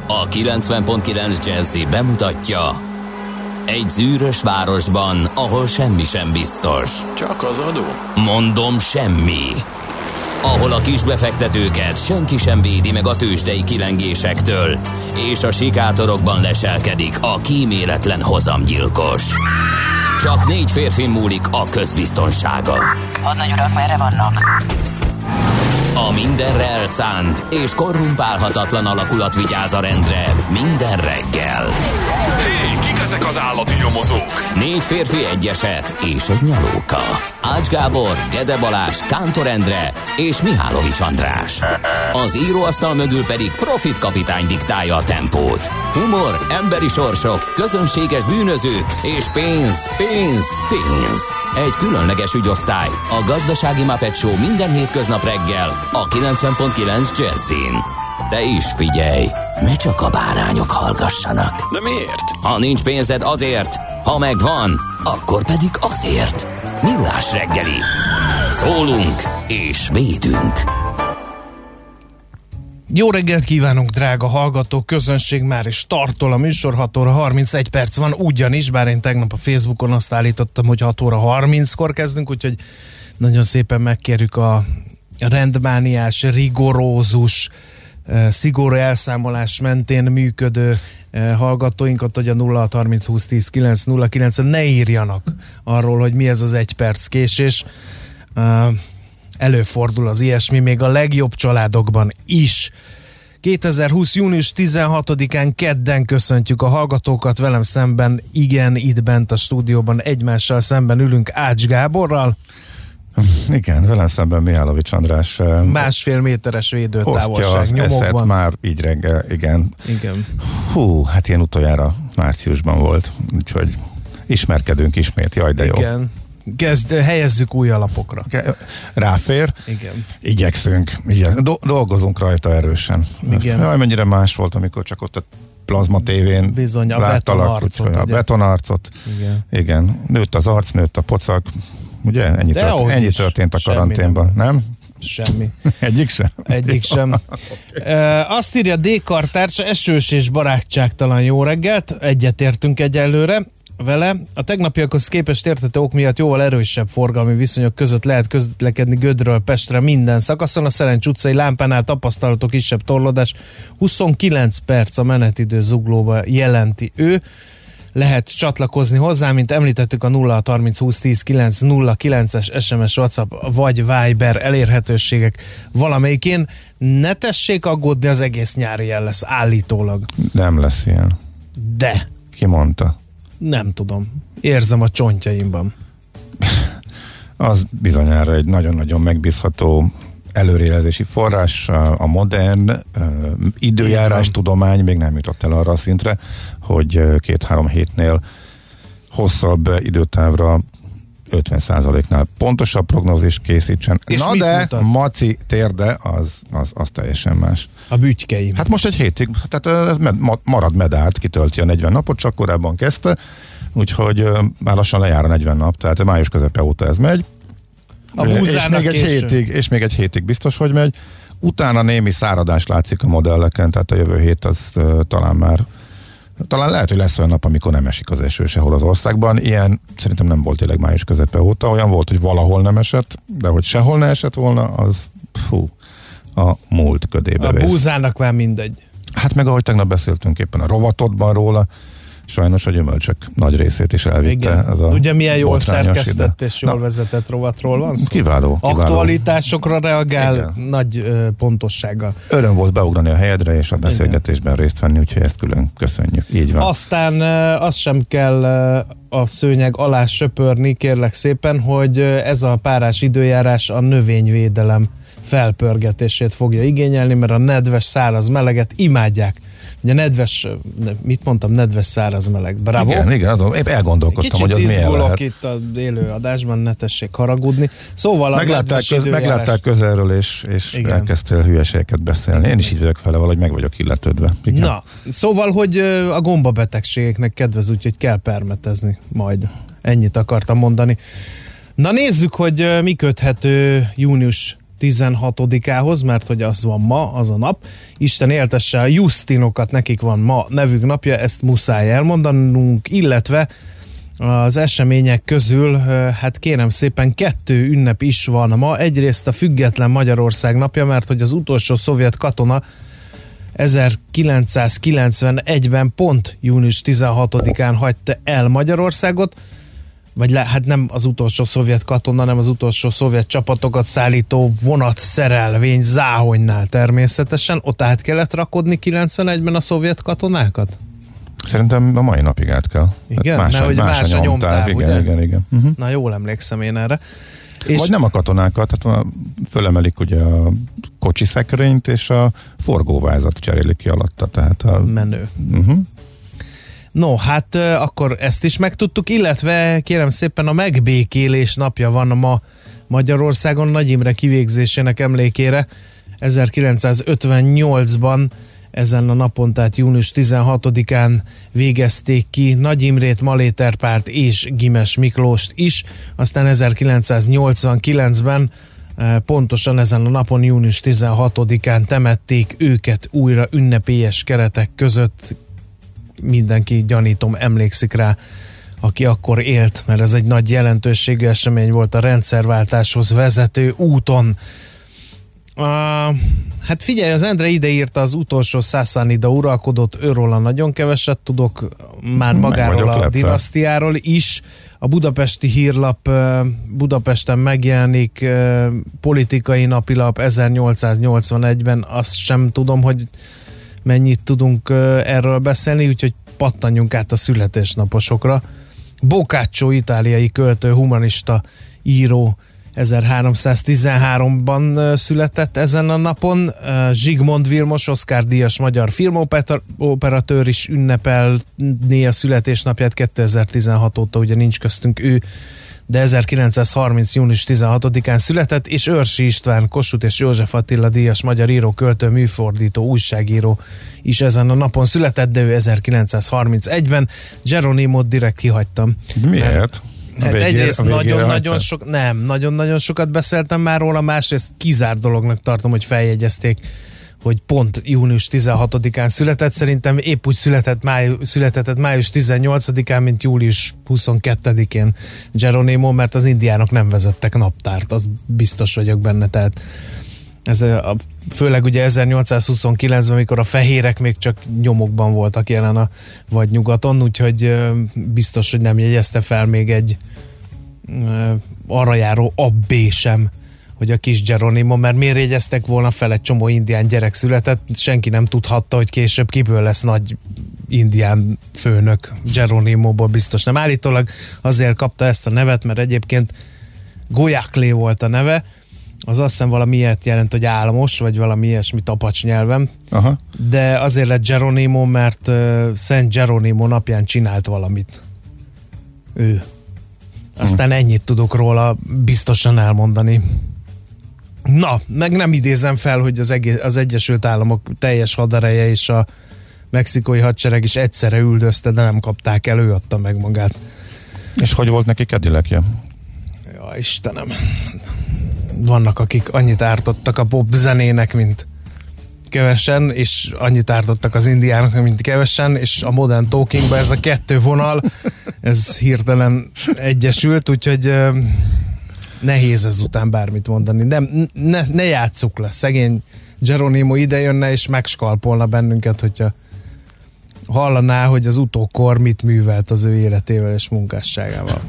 A 90.9 Jazzy bemutatja: egy zűrös városban, ahol semmi sem biztos. Csak az adó? Mondom, semmi. Ahol a kisbefektetőket senki sem védi meg a tőzsdei kilengésektől, és a sikátorokban leselkedik a kíméletlen hozamgyilkos. Csak 4 férfi múlik a közbiztonsága. Hadnagy urak, merre vannak? A mindenre elszánt és korrumpálhatatlan alakulat vigyáz a rendre minden reggel. Hé, kik ezek az állati nyomozók? 4 férfi, egy eset és egy nyalóka. Ács Gábor, Gede Balázs, Kántor Endre és Mihálovics András. Az íróasztal mögül pedig Profit kapitány diktálja a tempót. Humor, emberi sorsok, közönséges bűnözők és pénz, pénz, pénz. Egy különleges ügyosztály, a Gazdasági Muppet Show minden hétköznap reggel a 90.9 Jazzin. De is figyelj, ne csak a bárányok hallgassanak. De miért? Ha nincs pénzed, azért, ha megvan, akkor pedig azért. Millás reggeli. Szólunk és védünk. Jó reggelt kívánunk, drága hallgató közönség, már is startol a műsor, 6 óra 31 perc van, ugyanis, bár én tegnap a Facebookon azt állítottam, hogy 6 óra 30-kor kezdünk, úgyhogy nagyon szépen megkérjük a rendmániás, rigorózus, szigorú elszámolás mentén működő hallgatóinkat, hogy a 0630 20 10 909-en ne írjanak arról, hogy mi ez az 1 perc késés. Előfordul az ilyesmi, még a legjobb családokban is. 2020. június 16-án kedden köszöntjük a hallgatókat, velem szemben, igen, itt bent a stúdióban egymással szemben ülünk Ács Gáborral. Igen, velem szemben Mihálovics András. 1,5 méteres védőtávolság nyomokban. Már így reggel, igen. Igen. Hú, hát ilyen utoljára márciusban volt, úgyhogy ismerkedünk ismét, jaj de jó. Igen. Helyezzük új alapokra. Ráfér. Igen. Igyekszünk. Dolgozunk rajta erősen. Igen. Jaj, mennyire más volt, amikor csak ott a plazma tévén bizony, a láttalak, a betonarcot. Igen. Igen. Nőtt az arc, nőtt a pocak. Ugye? Ennyi történt a karanténban, nem? Semmi. Egyik sem? Egyik sem. Azt írja D. Kartársa, esős és barátságtalan jó reggelt, egyetértünk egyelőre vele. A tegnapiakhoz képest érthető ok miatt jóval erősebb forgalmi viszonyok között lehet közlekedni Gödről Pestre minden szakaszon. A Szerencs utcai lámpánál tapasztalható kisebb torlódás. 29 perc a menetidő Zuglóba, jelenti ő. Lehet csatlakozni hozzá, mint említettük, a 0630 20 10 909-es SMS, WhatsApp vagy Viber elérhetőségek valamelyikén. Ne tessék aggódni, az egész nyári jel lesz állítólag. Nem lesz ilyen. De. Ki mondta? Nem tudom. Érzem a csontjaimban. Az bizonyára egy nagyon-nagyon megbízható előrejelzési forrás, a modern időjárás tudomány még nem jutott el arra a szintre, hogy 2-3 hétnél hosszabb időtávra 50%-nál pontosabb prognózist készítsen. És na de mutat? Maci térde az teljesen más. A bütykeim. Hát most egy hétig, tehát ez marad medált, kitölti a 40 napot, csak korábban kezdte, úgyhogy már lassan lejár a 40 nap, tehát május közepe óta ez megy. És még egy hétig biztos, hogy megy. Utána némi száradás látszik a modelleken, tehát a jövő hét az talán lehet, hogy lesz olyan nap, amikor nem esik az eső sehol az országban. Ilyen szerintem nem volt tényleg május közepe óta. Olyan volt, hogy valahol nem esett, de hogy sehol ne esett volna, az a múlt ködébe vész. A búzának már mindegy. Hát meg ahogy tegnap beszéltünk éppen a rovatodban róla, sajnos a gyümölcsök nagy részét is elvitte. Ez a ugye milyen jól szerkesztett és jól vezetett rovatról van szó? Kiváló. Aktualitásokra reagál nagy pontossággal. Öröm volt beugrani a helyedre és a beszélgetésben részt venni, úgyhogy ezt külön köszönjük. Így van. Aztán azt sem kell a szőnyeg alá söpörni, kérlek szépen, hogy ez a párás időjárás a növényvédelem felpörgetését fogja igényelni, mert a nedves, száraz meleget imádják. Ugye nedves, száraz meleg. Bravo. Igen, azon épp elgondolkodtam, kicsit hogy az milyen lehet. Kicsit itt az élő adásban, ne tessék haragudni. Szóval meglátták közelről, és elkezdtél hülyeségeket beszélni. Én is így vagyok vele, valahogy meg vagyok illetődve. Igen. Na, szóval, hogy a gombabetegségeknek kedvez, úgyhogy kell permetezni majd. Ennyit akartam mondani. Na nézzük, hogy mi köthető június 16-ához, mert hogy az van ma, az a nap. Isten éltesse a Justinokat, nekik van ma nevük napja, ezt muszáj elmondanunk, illetve az események közül, hát kérem szépen 2 ünnep is van ma. Egyrészt a Független Magyarország napja, mert hogy az utolsó szovjet katona 1991-ben pont június 16-án hagyta el Magyarországot, vagy hát nem az utolsó szovjet katona, hanem az utolsó szovjet csapatokat szállító vonatszerelvény Záhonynál természetesen. Ott át kellett rakodni 91-ben a szovjet katonákat? Szerintem a mai napig át kell. Igen, más a nyomtáv, ugye? Igen. Na, jól emlékszem én erre. És vagy nem a katonákat, hát fölemelik ugye a kocsi szekrényt, és a forgóvázat cserélik ki alatta. Tehát menő. No, hát akkor ezt is megtudtuk, illetve kérem szépen a megbékélés napja van ma Magyarországon, Nagy Imre kivégzésének emlékére. 1958-ban ezen a napon, tehát június 16-án végezték ki Nagy Imrét, Maléterpárt és Gimes Miklóst is, aztán 1989-ben pontosan ezen a napon, június 16-án temették őket újra ünnepélyes keretek között. Mindenki, gyanítom, emlékszik rá, aki akkor élt, mert ez egy nagy jelentőségű esemény volt a rendszerváltáshoz vezető úton. Hát figyelj, az Endre ide írta, az utolsó Szászánida uralkodott, őróla nagyon keveset tudok, már magáról a dinasztiáról is. A Budapesti Hírlap Budapesten megjelenik, politikai napilap 1881-ben, azt sem tudom, hogy mennyit tudunk erről beszélni, úgyhogy pattanjunk át a születésnaposokra. Boccaccio, itáliai költő, humanista, író, 1313-ban született ezen a napon. Zsigmond Vilmos, Oscar-díjas magyar filmoperatőr is ünnepelné a születésnapját 2016 óta, ugye nincs köztünk ő, de 1930. június 16-án született, és Őrsi István, Kossuth és József Attila díjas magyar író, költő, műfordító, újságíró is ezen a napon született, de ő 1931-ben. Geronimót direkt kihagytam. Miért? Hát egyrészt nagyon-nagyon sokat beszéltem már róla, másrészt kizárt dolognak tartom, hogy feljegyezték, hogy pont június 16-án született. Szerintem épp úgy született május 18-án, mint július 22-én Geronimo, mert az indiánok nem vezettek naptárt, az biztos vagyok benne, tehát ez főleg ugye 1829-ben, amikor a fehérek még csak nyomokban voltak jelen a vagy nyugaton, úgyhogy biztos, hogy nem jegyezte fel még egy arra járó abbé sem, hogy a kis Geronimo, mert miért jegyeztek volna fel, egy csomó indián gyerek született, senki nem tudhatta, hogy később kiből lesz nagy indián főnök. Geronimoból biztos nem. Állítólag azért kapta ezt a nevet, mert egyébként Golyáklé volt a neve, az azt hiszem valami ilyet jelent, hogy álmos, vagy valami ilyesmi tapacs nyelven. Aha. De azért lett Geronimo, mert Szent Geronimo napján csinált valamit. Ő. Aztán ennyit tudok róla biztosan elmondani. Na, meg nem idézem fel, hogy az Egyesült Államok teljes hadereje és a mexikói hadsereg is egyszerre üldözte, de nem kapták el, ő adta meg magát. És hogy volt neki Cadillacja? Ja, Istenem. Vannak, akik annyit ártottak a pop zenének, mint kevesen, és annyit ártottak az indiánok, mint kevesen, és a Modern Talkingban ez a 2 vonal, ez hirtelen egyesült, úgyhogy nehéz ezután bármit mondani. Ne játsszuk le. Szegény Geronimo idejönne, és megskalpolna bennünket, hogyha hallaná, hogy az utókor mit művelt az ő életével és munkásságával.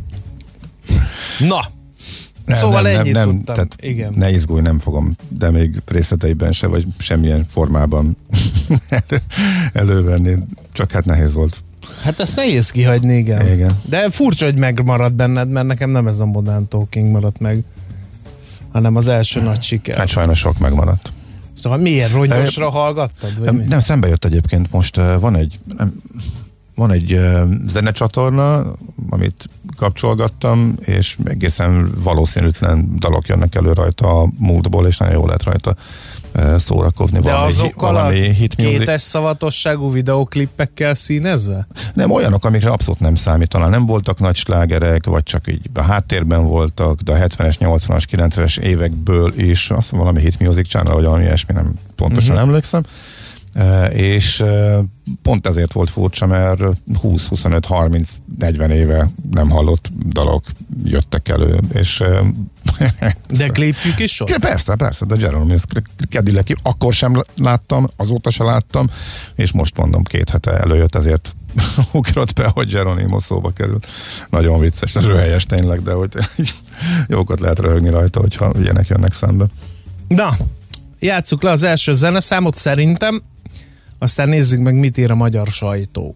Na! Szóval ennyit tudtam. Tehát igen. Ne izgulj, nem fogom, de még részleteiben se, vagy semmilyen formában elővenni. Csak hát nehéz volt. Hát ezt nehéz kihagyni, igen. De furcsa, hogy megmaradt benned, mert nekem nem ez a Modern Talking maradt meg, hanem az első nagy siker. Hát sajnos sok megmaradt. Szóval miért? Rongyosra hallgattad? Vagy nem, szembe jött egyébként most. Van egy zenecsatorna, amit kapcsolgattam, és egészen valószínűtlen dalok jönnek elő rajta a múltból, és nagyon jó lehet rajta szórakozni. De azokkal a hit music. kétes szavatosságú videóklippekkel színezve? Nem, olyanok, amikre abszolút nem számít. Talán nem voltak nagy slágerek, vagy csak így a háttérben voltak, de a 70-es, 80-as, 90-es évekből is, azt mondom, valami Hit Music Channel, vagy valami ilyesmi, nem pontosan emlékszem. És pont ezért volt furcsa, mert 20, 25, 30, 40 éve nem hallott dalok jöttek elő, és de klipjük is volt? Persze, de Geronimo Cadillac akkor sem láttam, azóta sem láttam, és most mondom, 2 hete előjött, ezért ugrott be, hogy Geronimo szóba kerül. Nagyon vicces, röhelyes tényleg, de hogy jókat lehet röhögni rajta, hogyha ilyenek jönnek szembe. Na, játsszuk le az első zeneszámot szerintem, aztán nézzük meg, mit ír a magyar sajtó.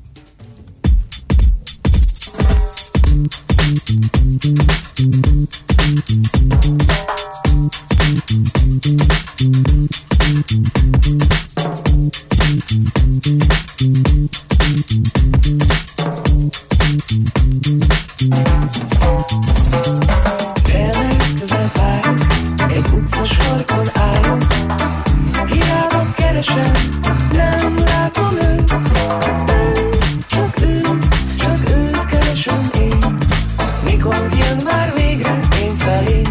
Közel várunk, egy utca sarkon állunk, hiába keresem, nem látom őt, csak őt keresem én. Mikor jön már végre én felé?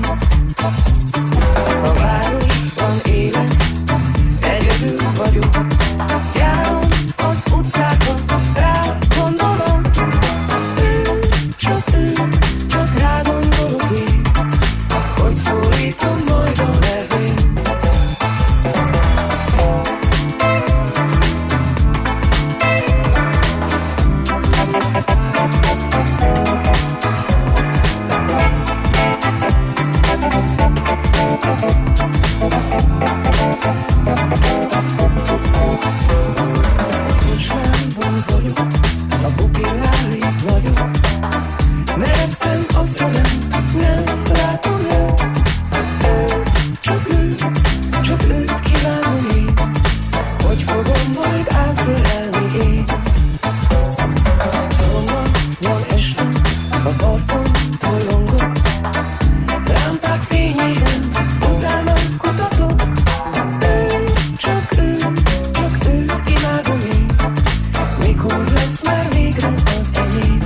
A városban élek, egyedül vagyok, járom az utcákon, rá gondolom, csak rá gondolok én, hogy szólítom majd a nevén. Kocsmában vagyok, a pupilláig vagyok, mereztem a szemem, nem látom őt, csak őt kívánom én, hogy fogom majd átölelni én. Szombat van este, a parton bolongok, lámpák fényében utána kutatok, csak őt kívánom én, mikor lesz már végre az enyém.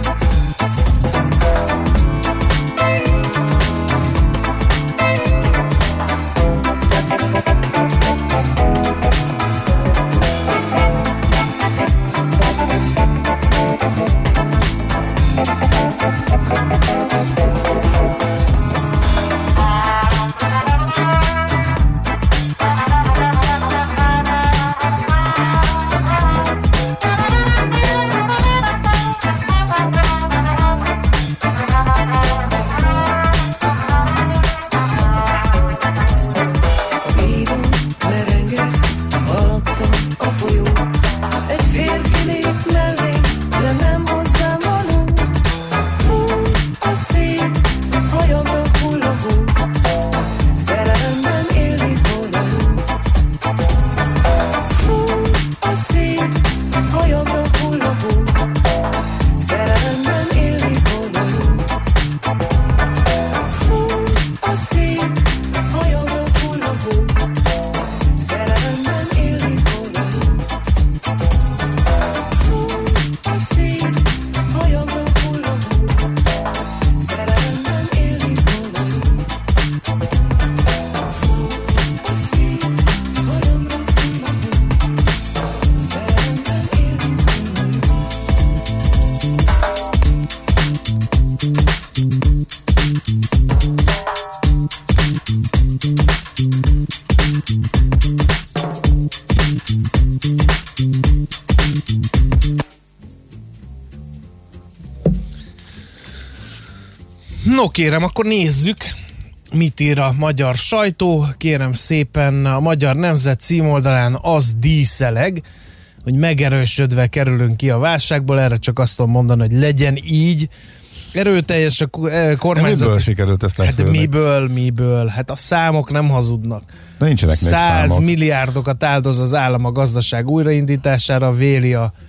No kérem, akkor nézzük, mit ír a magyar sajtó. Kérem szépen, a Magyar Nemzet címoldalán az díszeleg, hogy megerősödve kerülünk ki a válságból. Erre csak azt tudom mondani, hogy legyen így. Erőteljes a kormányzat. Miből sikerült ezt leszülni? Hát miből? Hát a számok nem hazudnak. De nincsenek még 100 számok. milliárdokat áldoz az állam a gazdaság újraindítására, véli a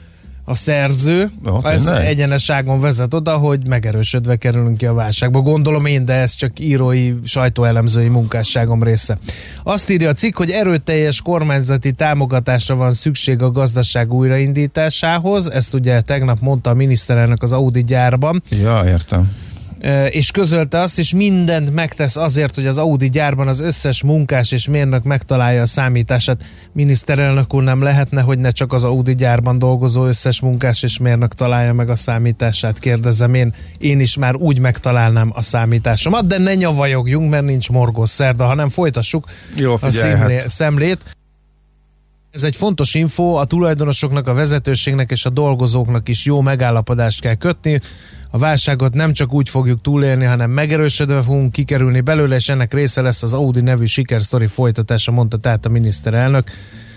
a szerző. Ez egyeneságon vezet oda, hogy megerősödve kerülünk ki a válságba. Gondolom én, de ez csak írói, sajtóelemzői munkásságom része. Azt írja a cikk, hogy erőteljes kormányzati támogatásra van szükség a gazdaság újraindításához. Ezt ugye tegnap mondta a miniszterelnök az Audi gyárban. Ja, értem. És közölte azt is, mindent megtesz azért, hogy az Audi gyárban az összes munkás és mérnök megtalálja a számítását. Miniszterelnök úr, nem lehetne, hogy ne csak az Audi gyárban dolgozó összes munkás és mérnök találja meg a számítását, kérdezem én is már úgy megtalálnám a számításomat, de ne nyavajogjunk, mert nincs morgós szerda, hanem folytassuk a szemlét. Ez egy fontos info, a tulajdonosoknak, a vezetőségnek és a dolgozóknak is jó megállapodást kell kötni. A válságot nem csak úgy fogjuk túlélni, hanem megerősödve fogunk kikerülni belőle, és ennek része lesz az Audi nevű sikersztori folytatása, mondta tehát a miniszterelnök.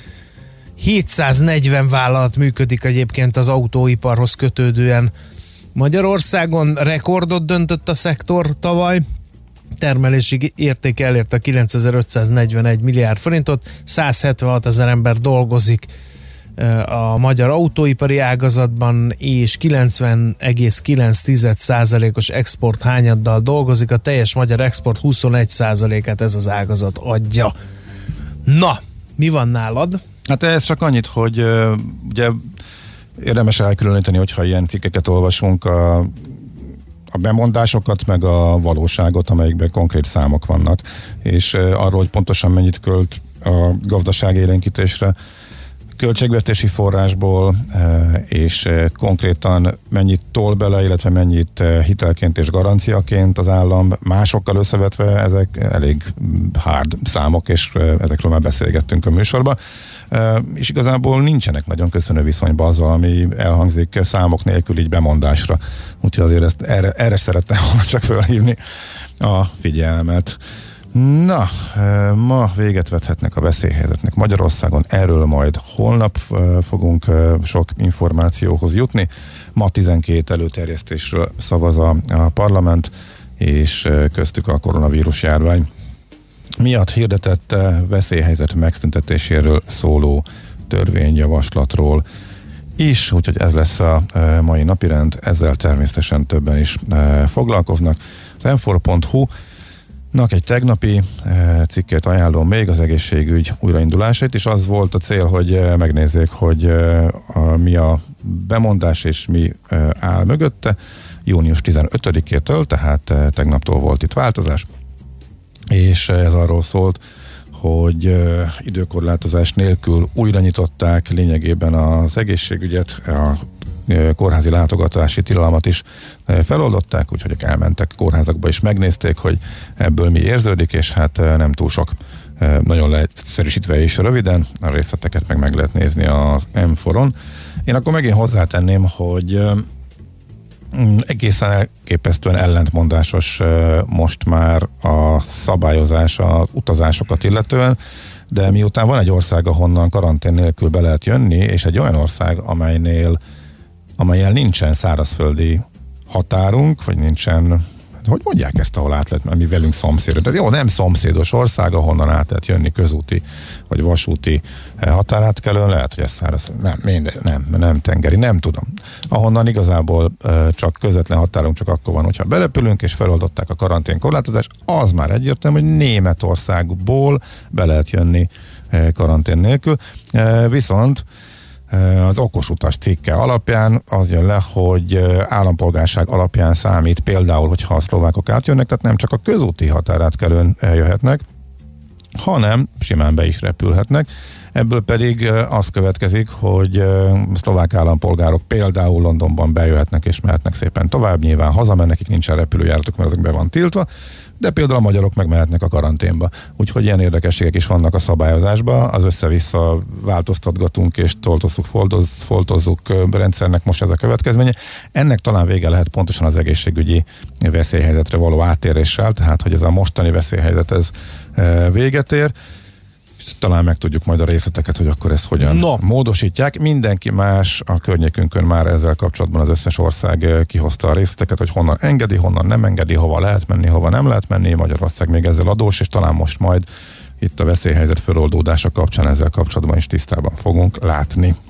740 vállalat működik egyébként az autóiparhoz kötődően Magyarországon, rekordot döntött a szektor tavaly, termelési érték elérte 9541 milliárd forintot, 176 000 ember dolgozik a magyar autóipari ágazatban, és 90,9%-os export hányaddal dolgozik, a teljes magyar export 21%-át ez az ágazat adja. Na, mi van nálad? Hát ez csak annyit, hogy ugye érdemes elkülöníteni, hogyha ilyen cikkeket olvasunk, a bemondásokat, meg a valóságot, amelyikben konkrét számok vannak, és arról, hogy pontosan mennyit költ a gazdaság élénkítésre költségvetési forrásból, és konkrétan mennyit tol bele, illetve mennyit hitelként és garanciaként az állam, másokkal összevetve ezek elég hard számok, és ezekről már beszélgettünk a műsorban. És igazából nincsenek nagyon köszönő viszonyban azzal, ami elhangzik számok nélkül így bemondásra. Úgyhogy azért erre szerettem volna csak felhívni a figyelmet. Na, ma véget vethetnek a veszélyhelyzetnek Magyarországon, erről majd holnap fogunk sok információhoz jutni. Ma 12 előterjesztésről szavaz a parlament, és köztük a koronavírus járvány miatt hirdetett veszélyhelyzet megszüntetéséről szóló törvényjavaslatról is, úgyhogy ez lesz a mai napirend, ezzel természetesen többen is foglalkoznak. Az m4.hu-nak egy tegnapi cikket ajánlom még, az egészségügy újraindulását, és az volt a cél, hogy megnézzék, hogy mi a bemondás és mi áll mögötte. Június 15-től, tehát tegnaptól volt itt változás, és ez arról szólt, hogy időkorlátozás nélkül újra nyitották lényegében az egészségügyet, a kórházi látogatási tilalmat is feloldották, úgyhogy elmentek kórházakba és megnézték, hogy ebből mi érződik, és hát nem túl sok, nagyon leegyszerűsítve és röviden, a részleteket meg lehet nézni az M4-on. Én akkor megint hozzátenném, hogy egészen elképesztően ellentmondásos most már a szabályozás az utazásokat illetően, de miután van egy ország, ahonnan karantén nélkül be lehet jönni, és egy olyan ország, amellyel nincsen szárazföldi határunk, vagy nincsen, hogy mondják ezt, ahol át lehet menni velünk szomszédos. Tehát jó, nem szomszédos ország, ahonnan át lehet jönni közúti vagy vasúti határátkelőn, lehet, hogy ez száraz, nem tengeri, nem tudom. Ahonnan igazából csak közvetlen határunk csak akkor van, hogyha berepülünk, és feloldották a karanténkorlátozást, az már egyértelmű, hogy Németországból be lehet jönni karantén nélkül. Viszont az okos utas cikke alapján az jön le, hogy állampolgárság alapján számít például, hogyha a szlovákok átjönnek, tehát nem csak a közúti határátkelőn eljöhetnek, hanem simán be is repülhetnek. Ebből pedig az következik, hogy szlovák állampolgárok például Londonban bejöhetnek és mehetnek szépen tovább, nyilván hazamennek, nekik nincsen repülőjáratok, mert azok be van tiltva, de például a magyarok meg mehetnek a karanténba. Úgyhogy ilyen érdekességek is vannak a szabályozásban, az össze-vissza változtatgatunk és foltozzuk rendszernek most ez a következménye. Ennek talán vége lehet pontosan az egészségügyi veszélyhelyzetre való átéréssel, tehát hogy ez a mostani veszélyhelyzet ez véget ér. Talán megtudjuk majd a részleteket, hogy akkor ezt hogyan módosítják. Mindenki más a környékünkön már ezzel kapcsolatban az összes ország kihozta a részleteket, hogy honnan engedi, honnan nem engedi, hova lehet menni, hova nem lehet menni. Magyarország még ezzel adós, és talán most majd itt a veszélyhelyzet föloldódása kapcsán ezzel kapcsolatban is tisztában fogunk látni.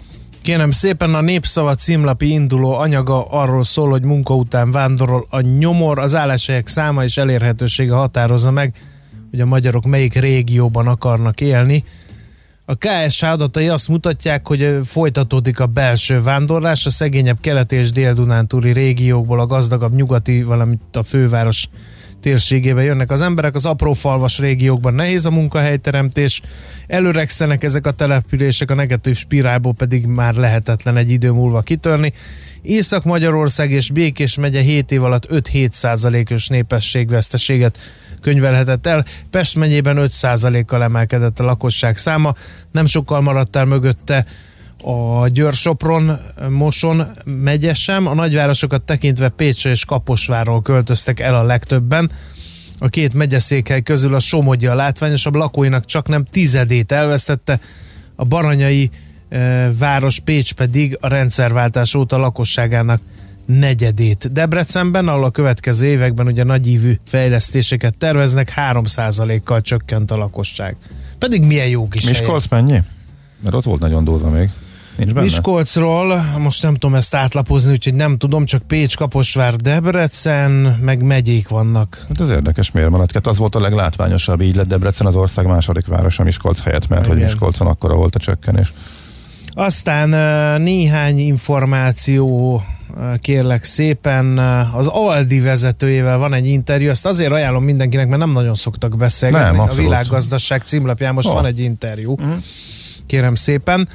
Kérem szépen, a Népszava címlapi induló anyaga arról szól, hogy munka után vándorol a nyomor, az álláshelyek száma és elérhetősége határozza meg, hogy a magyarok melyik régióban akarnak élni. A KSH adatai azt mutatják, hogy folytatódik a belső vándorlás, a szegényebb keleti és dél-dunántúli régiókból a gazdagabb nyugati, valamint a főváros térségébe jönnek az emberek, az apró falvas régiókban nehéz a munkahelyteremtés, előregszenek ezek a települések, a negatív spirálból pedig már lehetetlen egy idő múlva kitörni. Észak-Magyarország és Békés megye 7 év alatt 5-7%-os népességveszteséget könyvelhetett el, Pest megyében 5%-kal emelkedett a lakosság száma, nem sokkal maradt el mögötte a Győr-Sopron, Moson megye sem, a nagyvárosokat tekintve Pécsre és Kaposvárról költöztek el a legtöbben. A két megyeszékhely közül a Somogyi a látványosabb, lakóinak csak nem 10% elvesztette, a baranyai város Pécs pedig a rendszerváltás óta lakosságának 1/4. Debrecenben, ahol a következő években ugye nagyívű fejlesztéseket terveznek, 3%-kal csökkent a lakosság. Pedig milyen jó kis Miskolc mennyi? Mert ott volt nagyon durva még. Nincs benne? Miskolcról, most nem tudom ezt átlapozni, úgyhogy nem tudom, csak Pécs, Kaposvár, Debrecen, meg megyék vannak. Hát ez érdekes, miért maradt? Hát az volt a leglátványosabb, így lett Debrecen az ország második városa Miskolc helyett, mert hogy Miskolcon akkora volt a csökkenés. Aztán néhány információ, kérlek szépen, az Aldi vezetőjével van egy interjú, ezt azért ajánlom mindenkinek, mert nem nagyon szoktak beszélgetni. A Világgazdaság címlapján most van egy interjú. Kérem szépen.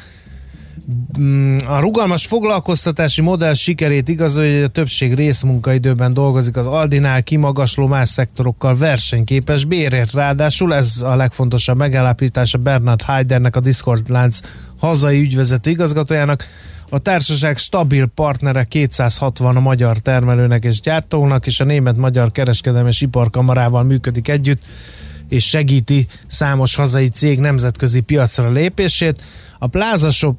A rugalmas foglalkoztatási modell sikerét igazolja, hogy a többség részmunkaidőben dolgozik az Aldinál, kimagasló, más szektorokkal versenyképes bérért. Ráadásul ez a legfontosabb megállapítása Bernard Heidernek, a Discord lánc hazai ügyvezető igazgatójának. A társaság stabil partnere 260 a magyar termelőnek és gyártónak, és a német-magyar kereskedelmi és iparkamarával működik együtt, és segíti számos hazai cég nemzetközi piacra lépését. A Plaza Stop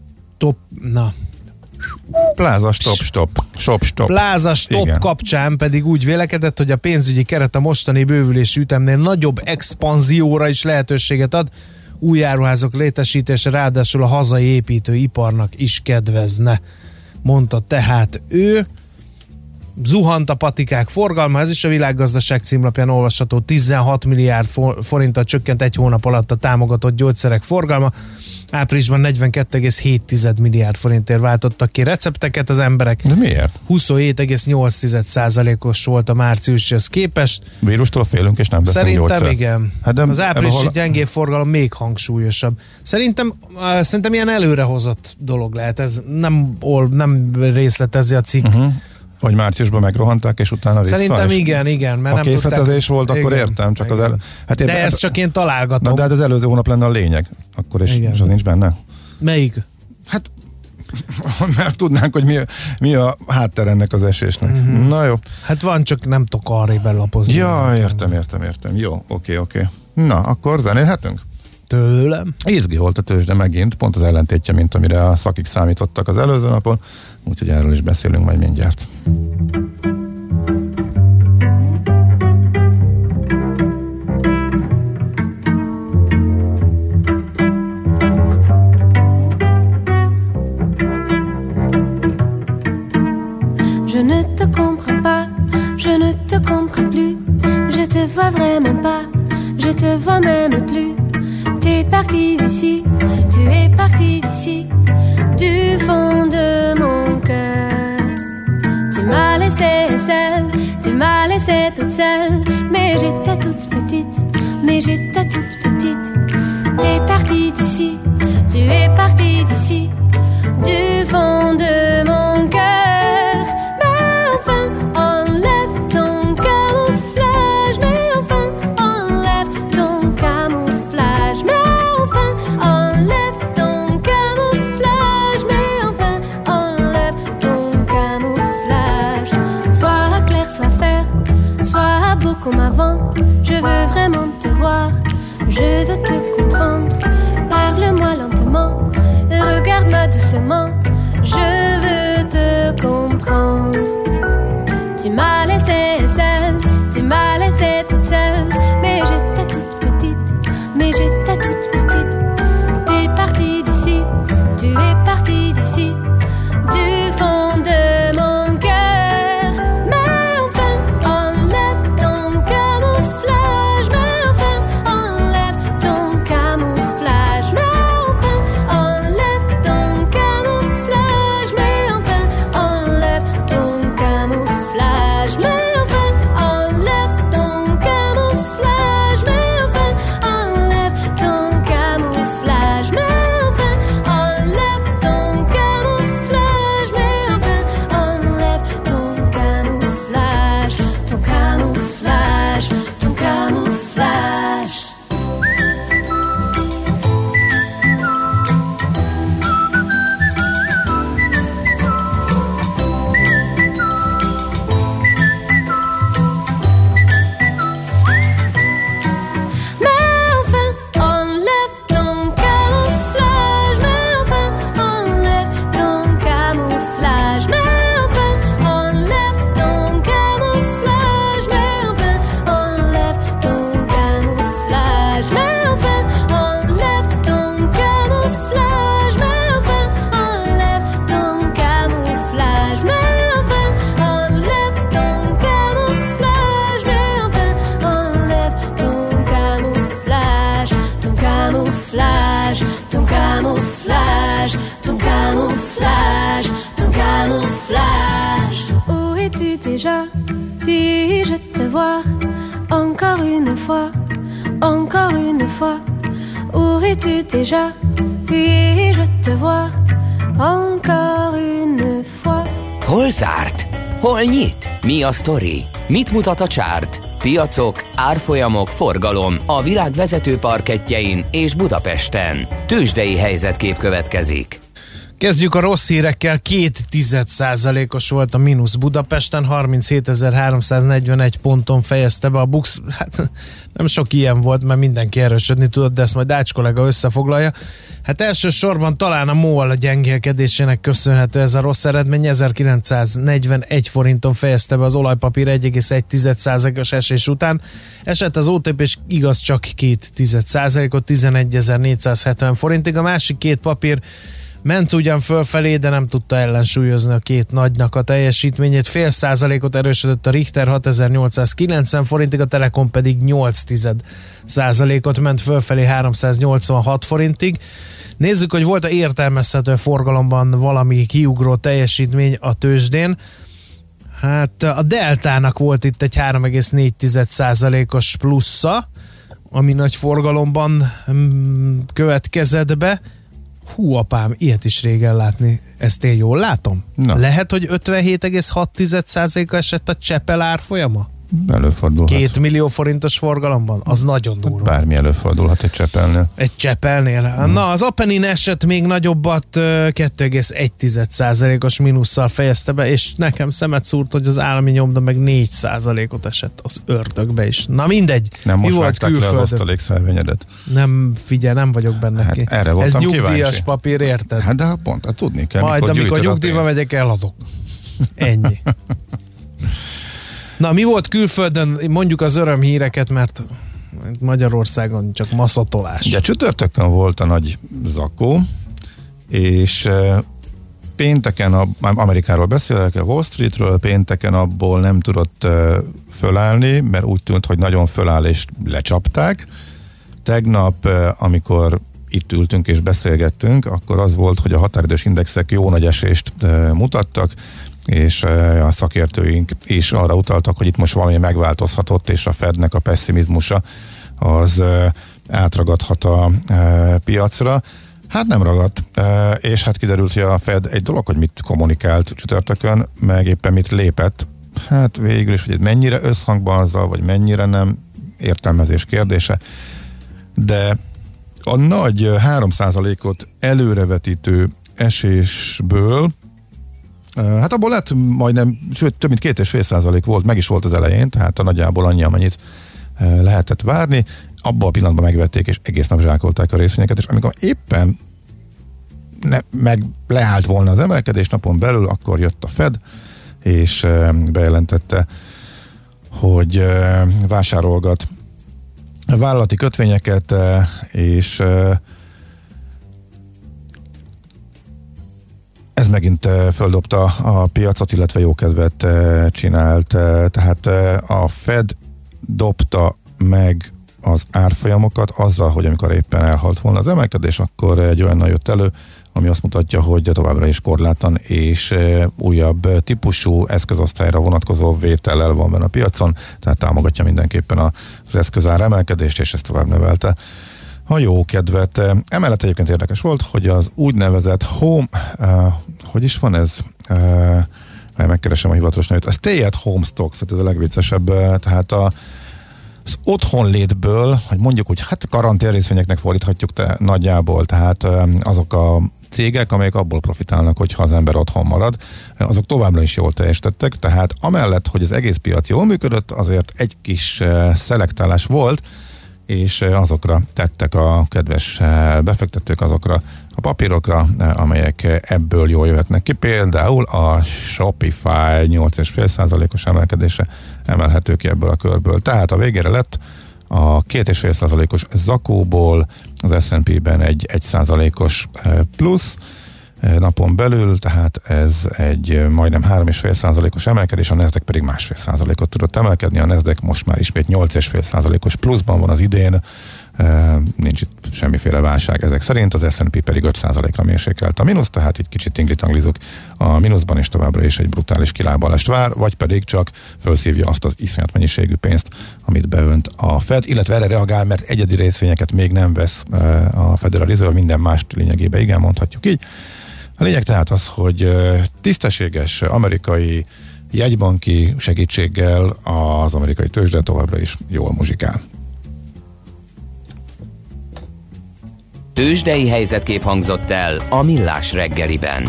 kapcsán pedig úgy vélekedett, hogy a pénzügyi keret a mostani bővülési ütemnél nagyobb expanzióra is lehetőséget ad, új áruházak létesítése ráadásul a hazai építőiparnak is kedvezne, mondta tehát ő. Zuhant a patikák forgalma, ez is a Világgazdaság címlapján olvasható, 16 milliárd forinttal csökkent egy hónap alatt a támogatott gyógyszerek forgalma, áprilisban 42,7 milliárd forintért váltottak ki recepteket az emberek. De miért? 27,8%-os volt a márciushoz képest. Vírustól félünk és nem veszünk gyógyszert. Szerintem igen. Hát az áprilisi gyengébb forgalom még hangsúlyosabb. Szerintem ilyen előrehozott dolog lehet. Ez nem részletezi a cikk. Vagy márciusban megrohanták, és utána vissza. Szerintem igen, mert ha készletezés volt, akkor igen, értem. Csak az de ezt csak én találgatom. De hát az előző hónap lenne a lényeg. Akkor és az nincs benne? Melyik? Hát, mert tudnánk, hogy mi a háttér ennek az esésnek. Na jó. Hát van, csak nem tudok arra belapozni. Ja, értem. Jó, oké. Na, akkor zenélhetünk? Tőlem. Izgi volt a tőzsde megint, pont az ellentétje, mint amire a szakik számítottak az előző napon, úgyhogy erről is beszélünk majd mindjárt. Je ne te comprends pas, je ne te comprends plus, je te vois vraiment pas, je te vois même plus. T'es parti d'ici, tu es parti d'ici, du fond de mon cœur. Tu m'as laissé seule, tu m'as laissé toute seule, mais j'étais toute petite, T'es parti d'ici, tu es parti d'ici, du fond de mon cœur. Mais enfin, enlève ton camouflage, mais enfin, enlève ton camouflage, mais enfin, enlève ton camouflage, mais enfin, enlève ton camouflage. Sois clair, sois fer, sois beau comme avant. Je veux vraiment te voir, je veux te comprendre. Parle-moi lentement, regarde-moi doucement. Je veux te comprendre. Tu m'as laissé seule, tu m'as laissé toute seule. Mais j'étais toute petite, T'es parti d'ici, tu es parti d'ici, camouflage, ton camouflage, ton camouflage. Où es-tu déjà? Puis-je te voir encore une fois, encore une fois? Où es-tu déjà? Puis-je te voir encore une fois? Hol zárt? Hol nyit? Mi a sztori? Mit mutat a csárt? Piacok, árfolyamok, forgalom a világ vezető parkettjein és Budapesten. Tőzsdei helyzetkép következik. Kezdjük a rossz hírekkel, 0,2%-os volt a mínusz Budapesten, 37.341 ponton fejezte be a BUX. Hát nem sok ilyen volt, mert mindenki erősödni tudott, de ezt majd Ács kollega összefoglalja. Hát elsősorban talán a MOL gyengélkedésének köszönhető ez a rossz eredmény, 1941 forinton fejezte be az olajpapír 1,1%-os esés után. Esett az OTP, és igaz csak 0,2%-ot, 11.470 forintig. A másik két papír ment ugyan fölfelé, de nem tudta ellensúlyozni a két nagynak a teljesítményét. 0,5%-ot erősödött a Richter 6890 forintig, a Telekom pedig 0,8%-ot ment fölfelé 386 forintig. Nézzük, hogy volt-e értelmezhető forgalomban valami kiugró teljesítmény a tőzsdén. Hát a Deltának volt itt egy 3,4%-os plusza, ami nagy forgalomban következett be. Hú, apám, ilyet is régen látni. Ezt én jól látom? Na. Lehet, hogy 57,6%-a esett a Csepel árfolyama? Előfordulhat. 2 millió forintos forgalomban? Az nagyon durva. Bármi előfordulhat egy Csepelnél. Egy Csepelnél. Na, az Apennin eset még nagyobbat, 2,1%-os mínusszal fejezte be, és nekem szemet szúrt, hogy az állami nyomda meg 4%-ot esett az ördögbe is. Na mindegy. Nem, mi most volt vágták le az osztalékszelvényedet. Nem, figyelj, nem vagyok benne Hát ki. erre voltam ez nyugdíjas kíváncsi. papír, érted? Hát de pont, hát tudni kell. Majd amikor nyugdíjba megyek, eladok. Ennyi. Na, mi volt külföldön? Mondjuk az örömhíreket, mert Magyarországon csak maszatolás. Ugye csütörtökön volt a nagy zakó, és pénteken, Amerikáról beszélek, a Wall Streetről, pénteken abból nem tudott fölállni, mert úgy tűnt, hogy nagyon föláll és lecsapták. Tegnap, amikor itt ültünk és beszélgettünk, akkor az volt, hogy a határidős indexek jó nagy esést mutattak, és a szakértőink is arra utaltak, hogy itt most valami megváltozhatott, és a Fednek a pessimizmusa az átragadhat a piacra. Hát nem ragadt, és hát kiderült, hogy a Fed egy dolog, hogy mit kommunikált csütörtökön, meg éppen mit lépett. Hát végül is, hogy mennyire összhangban azzal, vagy mennyire nem, értelmezés kérdése. De a nagy 3%-ot előrevetítő esésből, hát abból lett majdnem, sőt több mint 2,5% volt, meg is volt az elején, tehát a nagyjából annyi, amennyit lehetett várni. Abban a pillanatban megvették, és egész nap zsákolták a részvényeket, és amikor éppen meg leállt volna az emelkedés napon belül, akkor jött a Fed, és bejelentette, hogy vásárolgat vállalati kötvényeket, és ez megint földobta a piacot, illetve jókedvet csinált. Tehát a Fed dobta meg az árfolyamokat azzal, hogy amikor éppen elhalt volna az emelkedés, akkor egy olyannal jött elő, ami azt mutatja, hogy továbbra is korlátlan és újabb típusú eszközosztályra vonatkozó vétellel van benne a piacon, tehát támogatja mindenképpen az eszközár emelkedést, és ezt tovább növelte a jó kedvet. Emellett egyébként érdekes volt, hogy az úgynevezett home, hogy is van ez? Megkeresem a hivatalos nevét. A stay at home stocks, tehát ez a legviccesebb, tehát az otthonlétből, hogy mondjuk úgy, hát karanténrészvényeknek fordíthatjuk nagyjából, tehát azok a cégek, amelyek abból profitálnak, hogyha az ember otthon marad, azok továbbra is jól teljesítettek, tehát amellett, hogy az egész piac jól működött, azért egy kis szelektálás volt, és azokra tettek a kedves befektetők, azokra a papírokra, amelyek ebből jól jöhetnek ki. Például a Shopify 8,5%-os emelkedése emelhető ki ebből a körből. Tehát a végére lett a 2,5%-os zakóból az S&P-ben egy 1%-os plusz napon belül, tehát ez egy majdnem 3,5%-os emelkedés, a Nasdaq pedig 1,5%-ot tudott emelkedni, a Nasdaq most már ismét 8,5%-os pluszban van az idén, nincs itt semmiféle válság ezek szerint, az S&P pedig 5%-ra mérsékelt a mínusz, tehát itt kicsit ingli-tanglizunk a mínuszban, és továbbra is egy brutális kilábalást vár, vagy pedig csak felszívja azt az iszonyat mennyiségű pénzt, amit beönt a Fed, illetve erre reagál, mert egyedi részvényeket még nem vesz a Federal Reserve, minden mást lényegében igen, mondhatjuk így. A lényeg tehát az, hogy tisztességes amerikai jegybanki segítséggel az amerikai tőzsde továbbra is jól muzsikál. Tőzsdei helyzetkép hangzott el a Millás reggeliben.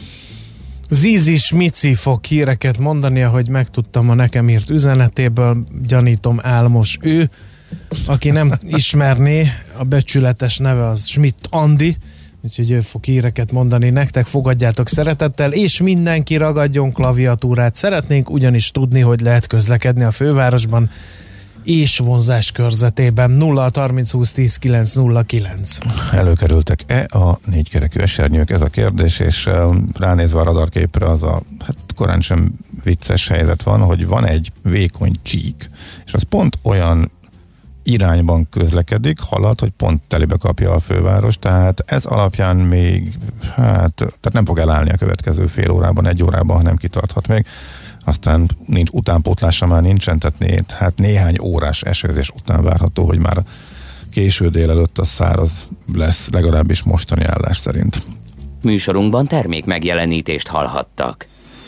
Zizi Smici fog híreket mondani, ahogy megtudtam a nekem írt üzenetéből, gyanítom álmos ő, aki nem ismerné, a becsületes neve az Schmidt Andi, úgyhogy ő fog híreket mondani nektek, fogadjátok szeretettel, és mindenki ragadjon klaviatúrát. Szeretnénk ugyanis tudni, hogy lehet közlekedni a fővárosban és vonzás körzetében. 0-30-20-10-9-09. Előkerültek-e a négykerekű esernyők? Ez a kérdés, és ránézve a radarképre az a korán sem vicces helyzet van, hogy van egy vékony csík, és az pont olyan irányban közlekedik, halad, hogy pont telibe kapja a főváros, tehát ez alapján még, tehát nem fog elállni a következő fél órában, egy órában, hanem kitarthat még. Aztán nincs utánpótlása, már nincsen, tehát néhány órás esőzés után várható, hogy már késő délelőtt a száraz lesz, legalábbis mostani állás szerint. Műsorunkban termék megjelenítést hallhattak.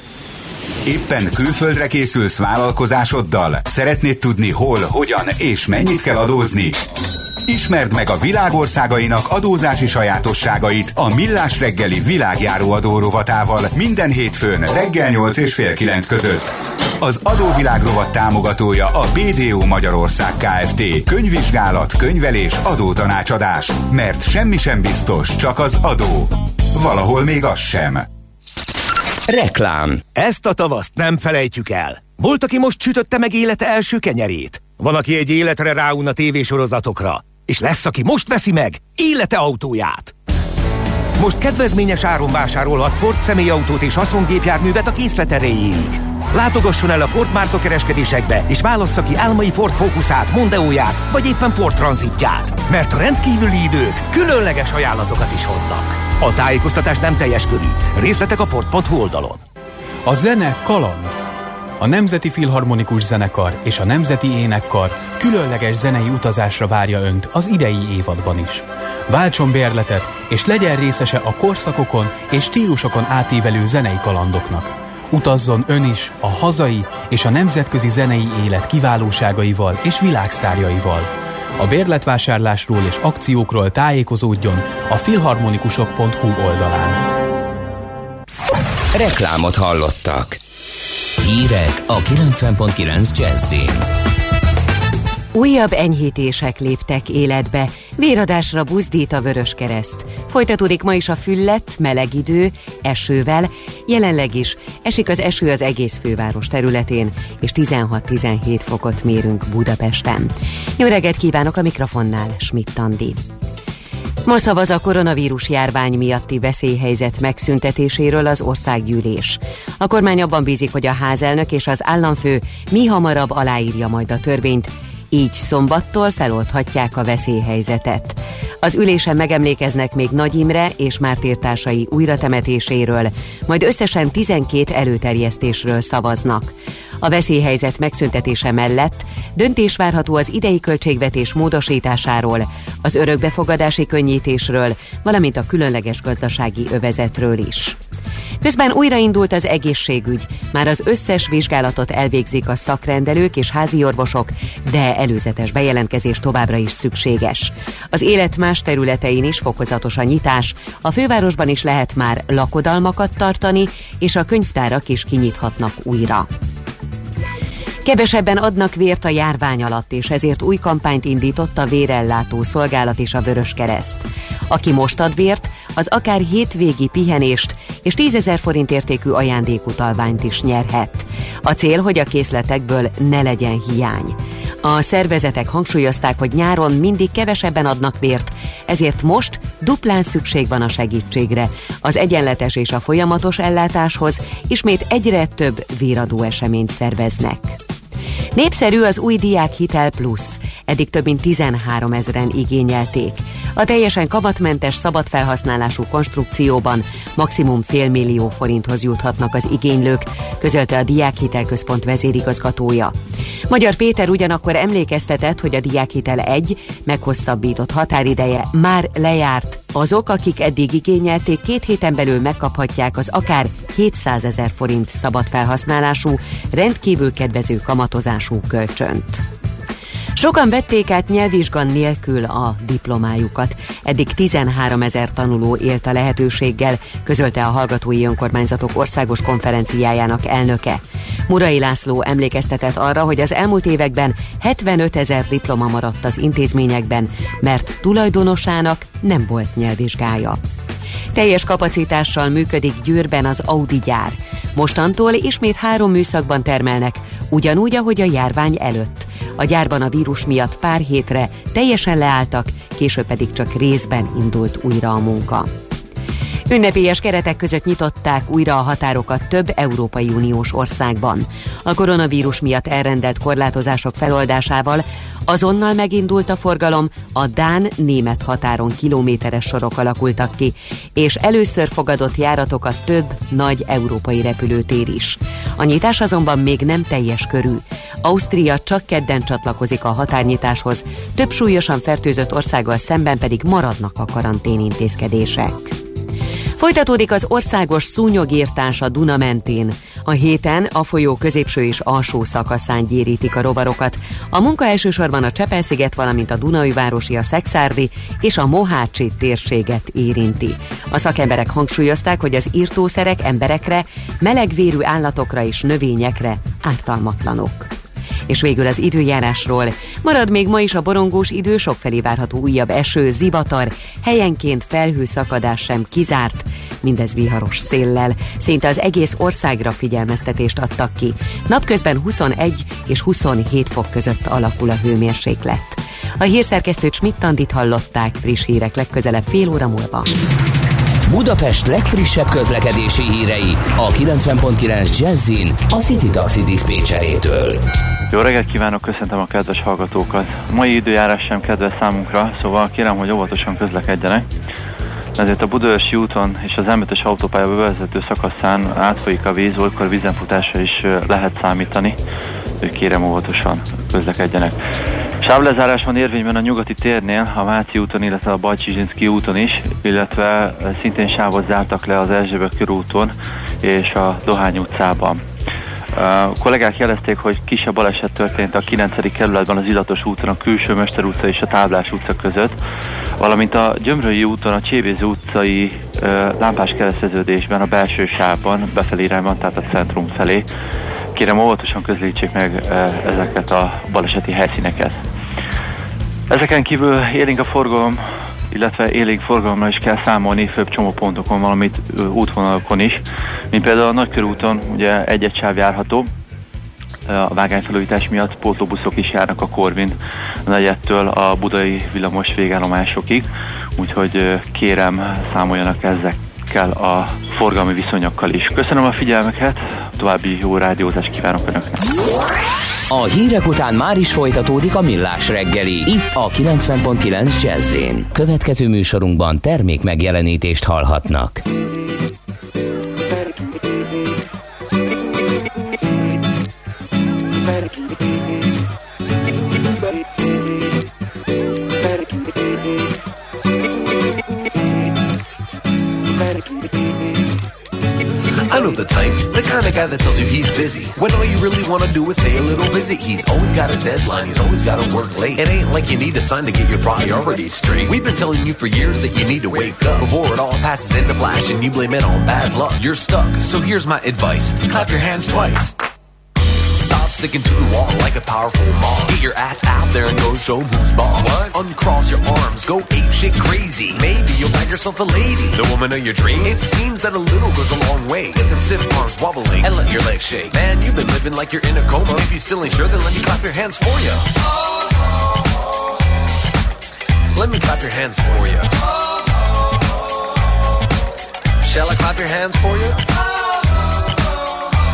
Éppen külföldre készülsz vállalkozásoddal? Szeretnéd tudni hol, hogyan és mennyit kell adózni? Ismerd meg a világországainak adózási sajátosságait a Millás reggeli világjáró adó rovatával minden hétfőn reggel 8 és fél 9 között. Az adóvilág rovat támogatója a BDO Magyarország Kft. Könyvvizsgálat, könyvelés, adótanácsadás. Mert semmi sem biztos, csak az adó. Valahol még az sem. Reklám. Ezt a tavaszt nem felejtjük el. Volt, aki most sütötte meg élete első kenyerét. Van, aki egy életre ráun a tévésorozatokra. És lesz, aki most veszi meg élete autóját. Most kedvezményes áron vásárolhat Ford személyautót és haszongépjárművet a készlet erejéig. Látogasson el a Ford márka kereskedésekbe, és válassza ki álmai Ford Focusát, Mondeóját, vagy éppen Ford Transitját. Mert a rendkívüli idők különleges ajánlatokat is hoznak. A tájékoztatás nem teljes körű. Részletek a Ford.hu oldalon. A zene kaland. A Nemzeti Filharmonikus Zenekar és a Nemzeti Énekkar különleges zenei utazásra várja Önt az idei évadban is. Váltson bérletet, és legyen részese a korszakokon és stílusokon átívelő zenei kalandoknak. Utazzon Ön is a hazai és a nemzetközi zenei élet kiválóságaival és világsztárjaival. A bérletvásárlásról és akciókról tájékozódjon a filharmonikusok.hu oldalán. Reklámot hallottak. Hírek a 90.9 Jazzin. Újabb enyhítések léptek életbe, véradásra buzdít a Vöröskereszt. Folytatódik ma is a fülledt, meleg idő, esővel, jelenleg is esik az eső az egész főváros területén, és 16-17 fokot mérünk Budapesten. Jó reggelt kívánok, a mikrofonnál Schmidt Andi. Ma szavaz a koronavírus járvány miatti veszélyhelyzet megszüntetéséről az országgyűlés. A kormány abban bízik, hogy a házelnök és az államfő mihamarabb aláírja majd a törvényt, így szombattól feloldhatják a veszélyhelyzetet. Az ülésen megemlékeznek még Nagy Imre és mártírtársai újratemetéséről, majd összesen 12 előterjesztésről szavaznak. A veszélyhelyzet megszüntetése mellett döntés várható az idei költségvetés módosításáról, az örökbefogadási könnyítésről, valamint a különleges gazdasági övezetről is. Közben újraindult az egészségügy, már az összes vizsgálatot elvégzik a szakrendelők és háziorvosok, de előzetes bejelentkezés továbbra is szükséges. Az élet más területein is fokozatos a nyitás, a fővárosban is lehet már lakodalmakat tartani, és a könyvtárak is kinyithatnak újra. Kevesebben adnak vért a járvány alatt, és ezért új kampányt indított a Vérellátó Szolgálat és a Vöröskereszt. Aki most ad vért, az akár hétvégi pihenést és 10 000 forint értékű ajándékutalványt is nyerhet. A cél, hogy a készletekből ne legyen hiány. A szervezetek hangsúlyozták, hogy nyáron mindig kevesebben adnak vért, ezért most duplán szükség van a segítségre. Az egyenletes és a folyamatos ellátáshoz ismét egyre több véradó eseményt szerveznek. Népszerű az új Diák Hitel Plusz. eddig több mint 13 000-en igényelték. A teljesen kamatmentes, szabad felhasználású konstrukcióban maximum $500 000 forinthoz juthatnak az igénylők, közölte a Diákhitelközpont vezérigazgatója. Magyar Péter ugyanakkor emlékeztetett, hogy a Diákhitel 1 meghosszabbított határideje már lejárt. Azok, akik eddig igényelték, 2 héten belül megkaphatják az akár 700 000 forint szabad felhasználású, rendkívül kedvező kamatozású kölcsönt. Sokan vették át nyelvvizsga nélkül a diplomájukat. Eddig 13 000 tanuló élt a lehetőséggel, közölte a Hallgatói Önkormányzatok Országos Konferenciájának elnöke. Murai László emlékeztetett arra, hogy az elmúlt években 75 000 diploma maradt az intézményekben, mert tulajdonosának nem volt nyelvvizsgája. Teljes kapacitással működik Győrben az Audi gyár. Mostantól ismét 3 műszakban termelnek, ugyanúgy, ahogy a járvány előtt. A gyárban a vírus miatt pár hétre teljesen leálltak, később pedig csak részben indult újra a munka. Ünnepélyes keretek között nyitották újra a határokat több Európai Uniós országban. A koronavírus miatt elrendelt korlátozások feloldásával azonnal megindult a forgalom, a dán-német határon kilométeres sorok alakultak ki, és először fogadott járatokat több nagy európai repülőtér is. A nyitás azonban még nem teljes körű. Ausztria csak kedden csatlakozik a határnyitáshoz, több súlyosan fertőzött országgal szemben pedig maradnak a karanténintézkedések. Folytatódik az országos szúnyogírtás a Duna mentén. A héten a folyó középső és alsó szakaszán gyérítik a rovarokat. A munka elsősorban a Csepel-sziget, valamint a Dunaújvárosi, a Szekszárdi és a Mohácsi térséget érinti. A szakemberek hangsúlyozták, hogy az írtószerek emberekre, melegvérű állatokra és növényekre ártalmatlanok. És végül az időjárásról. Marad még ma is a borongós idő, sokfelé várható újabb eső, zivatar, helyenként felhőszakadás sem kizárt, mindez viharos széllel. Szinte az egész országra figyelmeztetést adtak ki. Napközben 21 és 27 fok között alakul a hőmérséklet. A hírszerkesztőt Schmidt-Andit hallották, friss hírek legközelebb fél óra múlva. Budapest legfrissebb közlekedési hírei a 90.9 Jazzin a City Taxi diszpécserétől. Jó reggelt kívánok, köszöntöm a kedves hallgatókat. A mai időjárás sem kedves számunkra, szóval kérem, hogy óvatosan közlekedjenek. Ezért a Budaörsi úton és az M5-ös autópálya bevezető szakaszán átfolyik a víz, olykor vízenfutásra is lehet számítani. Kérem, óvatosan közlekedjenek. Sávlezárás van érvényben a Nyugati térnél, a Váci úton, illetve a Bajcsizsinszky úton is, illetve szintén sávot zártak le az Erzsébet körúton és a Dohány utcában. A kollégák jelezték, hogy kisebb baleset történt a 9. kerületben az Illatos úton, a Külső Mester utca és a Táblás utca között, valamint a Gyömrői úton, a Csévéző utcai lámpás kereszteződésben, a belső sávban, befelé irányban, tehát a centrum felé. Kérem, óvatosan közlítsék meg ezeket a baleseti helyszíneket. Ezeken kívül élénk a forgalom, illetve élénk forgalomra is kell számolni főbb csomópontokon, valamint útvonalakon is, mint például a Nagykörúton, ugye egy-egy sáv járható, a vágányfelújítás miatt pótlóbuszok is járnak a Korvin negyedtől a budai villamos végállomásokig, úgyhogy kérem, számoljanak ezekkel a forgalmi viszonyokkal is. Köszönöm a figyelmeket, további jó rádiózást kívánok Önöknek! A hírek után már is folytatódik a Millás reggeli, itt a 90.9 Jazz-én. Következő műsorunkban termék megjelenítést hallhatnak. I know the type, the kind of guy that tells you he's busy when all you really want to do is pay a little visit. He's always got a deadline, he's always got to work late. It ain't like you need a sign to get your priorities straight. We've been telling you for years that you need to wake up before it all passes into flash and you blame it on bad luck. You're stuck, so here's my advice. Clap your hands twice. Stop sticking to the wall like a powerful mob. Get your ass out there and go show who's boss. What? Uncross your arms, go ape shit crazy. Maybe you'll find yourself a lady, the woman of your dreams. It seems that a little goes a long way. Get them stiff arms wobbling and let your legs shake. Man, you've been living like you're in a coma. If you still ain't sure, then let me clap your hands for you. Let me clap your hands for you. Shall I clap your hands for you?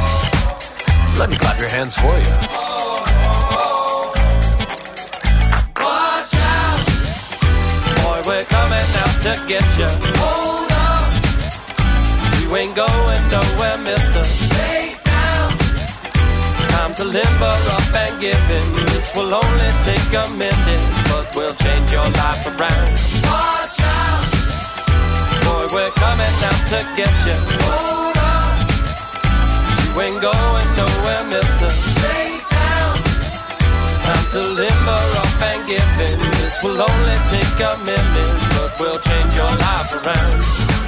Let me clap your hands for you. to get you. Hold on, you ain't going nowhere, mister. Stay down. Time to limber up and give in. This will only take a minute, but we'll change your life around. Watch out, boy, we're coming out to get you. Hold on, you ain't going nowhere, mister. Stay down. It's time to limber up and give in. This will only take a minute, but we'll change your life around.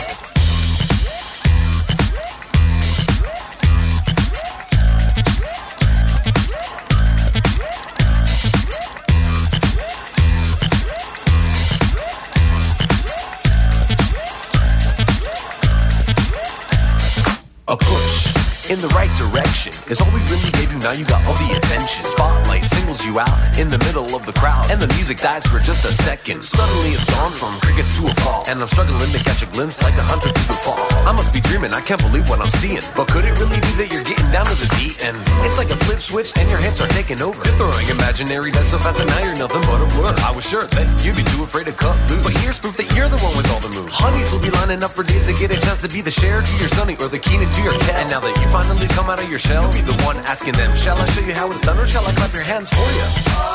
A push in the right direction is all we really gave you. Now you got all the attention. Spotlight singles you out in the middle of the crowd, and the music dies for just a second. Suddenly it's gone from crickets to a call, and I'm struggling to catch a glimpse like a hunter through the fall. I must be dreaming, I can't believe what I'm seeing. But could it really be that you're getting down to the beat? And it's like a flip switch and your hits are taking over. You're throwing imaginary dice so fast and now you're nothing but a blur. I was sure that you'd be too afraid to cut loose, but here's proof that you're the one with all the moves. Honeys will be lining up for days to get a chance to be the share to your Sonny or the Keenan to your cat. And now that you finally come out of your shell, you'll be the one asking them, shall I show you how it's done or shall I clap your hands for you?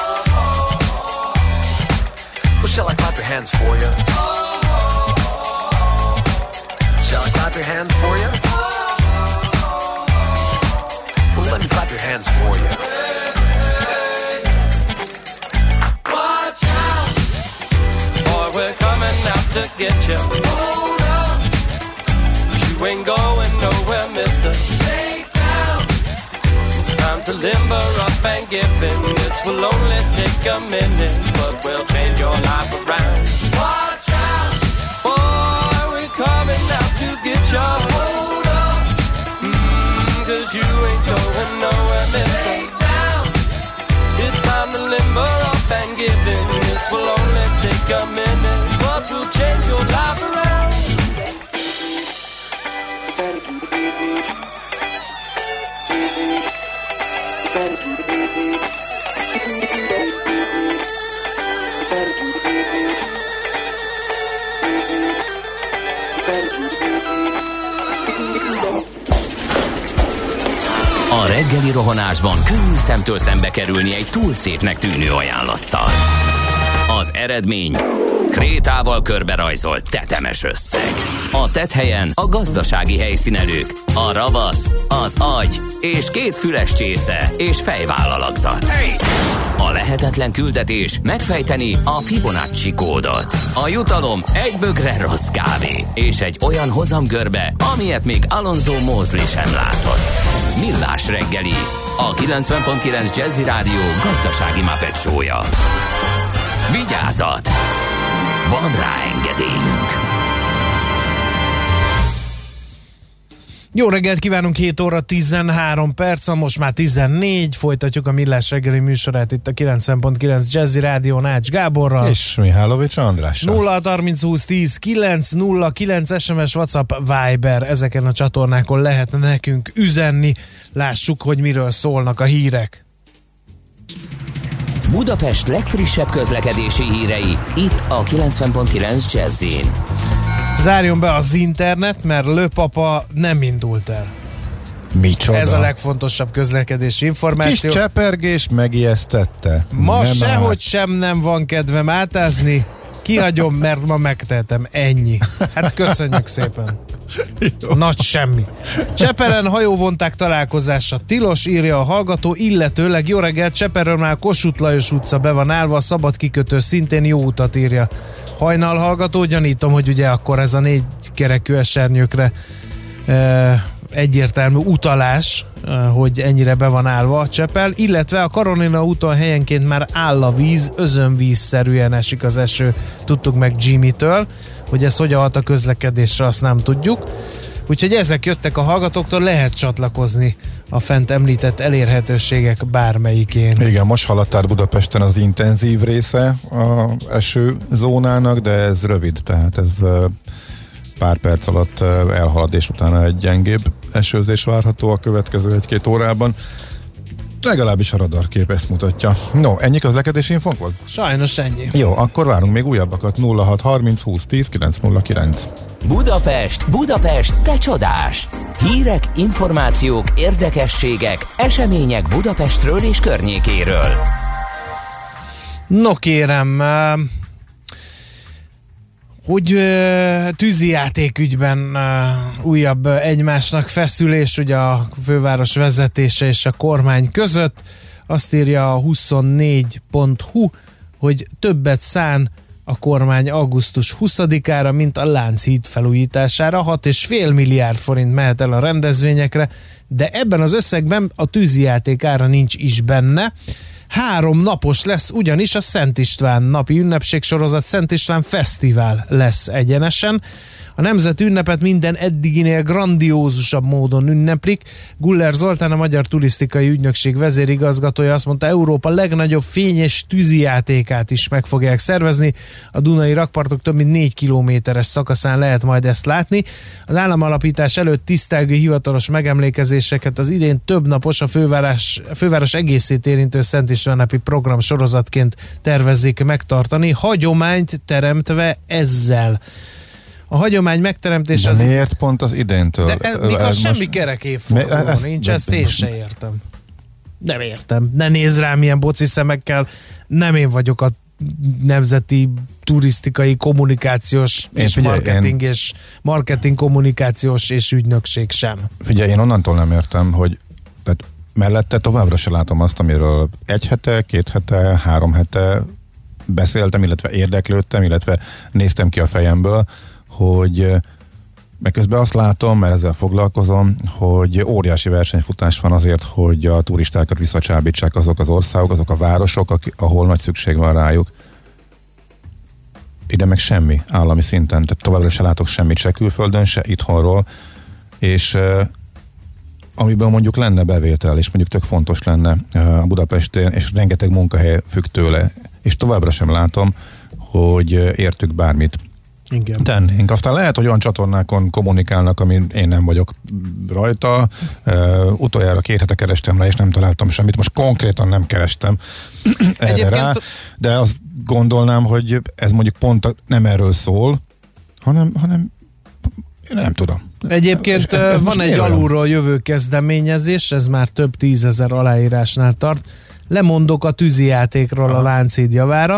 Well, shall I clap your hands for you? Shall I clap your hands for you? Well, let me clap your hands for you. Watch out, boy, we're coming out to get you. Hold on, you ain't going nowhere, mister. Stay down. It's time to limber up and give in. This will only take a minute, but we'll change your life around. Watch out, boy, we're coming out to get you. Hold on, cause you ain't going nowhere, mister. Stay down. It's time to limber up and give in. This will only take a minute, but we'll change your life around. A reggeli rohanásban könnyű szemtől szembe kerülni egy túl szépnek tűnő ajánlattal. Az eredmény krétával körberajzolt tetemes összeg. A tetthelyen a gazdasági helyszínelők, a ravasz, az agy és 2 füles csésze és fejvállalakzat. A lehetetlen küldetés megfejteni a Fibonacci kódot. A jutalom egy bögre rossz kávé és egy olyan hozamgörbe, amilyet még Alonso Mosley sem látott. Millás reggeli, a 90.9 Jazzy Rádió gazdasági Muppet show-ja. Vigyázat! Van rá engedélyünk! Jó reggelt kívánunk, 7 óra 13 perc, most már 14, folytatjuk a Millás reggeli műsorát itt a 90.9 Jazzy Rádión Ács Gáborral. És Mihálovics Andrással. 0 30 20 10 9 0 9 SMS, WhatsApp, Viber, ezeken a csatornákon lehet nekünk üzenni. Lássuk, hogy miről szólnak a hírek. Budapest legfrissebb közlekedési hírei, itt a 90.9 Jazzyn. Zárjon be az internet, mert Lőpapa nem indult el. Micsoda? Ez a legfontosabb közlekedési információ. Kis csepergés megijesztette. Ma nem sehogy sem nem van kedvem átázni. Kihagyom, mert ma megtehetem. Ennyi. Hát köszönjük szépen. Nagy semmi. Csepelen hajóvonták találkozása tilos, írja a hallgató, illetőleg jó reggelt, Cseperről már Kossuth Lajos utca be van állva, a szabad kikötő szintén jó utat, írja Hajnal hallgató. Gyanítom, hogy ugye akkor ez a 4 kerekű esernyőkre egyértelmű utalás, hogy ennyire be van állva a Csepel, illetve a Karolina úton helyenként már áll a víz, özönvízszerűen esik az eső, tudtuk meg Jimmy-től, hogy ez hogyan hat a közlekedésre, azt nem tudjuk. Úgyhogy ezek jöttek a hallgatóktól, lehet csatlakozni a fent említett elérhetőségek bármelyikén. Igen, most haladt át Budapesten az intenzív része az esőzónának, de ez rövid, tehát ez pár perc alatt elhalad, és utána egy gyengébb esőzés várható a következő 1-2 órában. Legalábbis a radarkép ezt mutatja. No, ennyi közlekedési infónk volt? Sajnos ennyi. Jó, akkor várunk még újabbakat. 0630 20 10 909. Budapest, Budapest, te csodás! Hírek, információk, érdekességek, események Budapestről és környékéről. No kérem, hogy tűzijáték ügyben újabb egymásnak feszülés ugye a főváros vezetése és a kormány között. Azt írja a 24.hu, hogy többet szán a kormány augusztus 20-ára, mint a Lánchíd felújítására. 6,5 milliárd forint mehet el a rendezvényekre, de ebben az összegben a tűzijáték ára nincs is benne. 3 napos lesz ugyanis a Szent István napi ünnepségsorozat, Szent István Fesztivál lesz egyenesen. A nemzeti ünnepet minden eddiginél grandiózusabb módon ünneplik. Guller Zoltán, a Magyar Turisztikai Ügynökség vezérigazgatója azt mondta, Európa legnagyobb fény- és tűzijátékát is meg fogják szervezni. A Dunai rakpartok több mint 4 kilométeres szakaszán lehet majd ezt látni. Az államalapítás előtt tisztelgő hivatalos megemlékezéseket az idén több napos a főváros egészét érintő Szent István napi program sorozatként tervezzék megtartani, hagyományt teremtve ezzel. A hagyomány megteremtése... De miért pont az idéntől? De mikor semmi kerek évforduló nincs, ezt én se értem. Nem értem. Ne nézz rám ilyen boci szemekkel. Nem én vagyok a nemzeti turisztikai kommunikációs és marketing kommunikációs és ügynökség sem. Figyelj, én onnantól nem értem, hogy tehát mellette továbbra se látom azt, amiről 1 hete, 2 hete, 3 hete beszéltem, illetve érdeklődtem, illetve néztem ki a fejemből, hogy meg közben azt látom, mert ezzel foglalkozom, hogy óriási versenyfutás van azért, hogy a turistákat visszacsábítsák azok az országok, azok a városok, ahol nagy szükség van rájuk. Ide meg semmi állami szinten, tehát továbbra se látok semmit, se külföldön, se itthonról, és amiből mondjuk lenne bevétel, és mondjuk tök fontos lenne a Budapestén, és rengeteg munkahely függ tőle, és továbbra sem látom, hogy értük bármit tennénk. Aztán lehet, hogy olyan csatornákon kommunikálnak, amin én nem vagyok rajta. Utoljára 2 hete kerestem rá, és nem találtam semmit. Most konkrétan nem kerestem erre rá, de azt gondolnám, hogy ez mondjuk pont nem erről szól, hanem nem tudom. Egyébként van egy alulról jövő kezdeményezés, ez már több 10 000 aláírásnál tart. Lemondok a tűzijátékról a Lánchíd javára,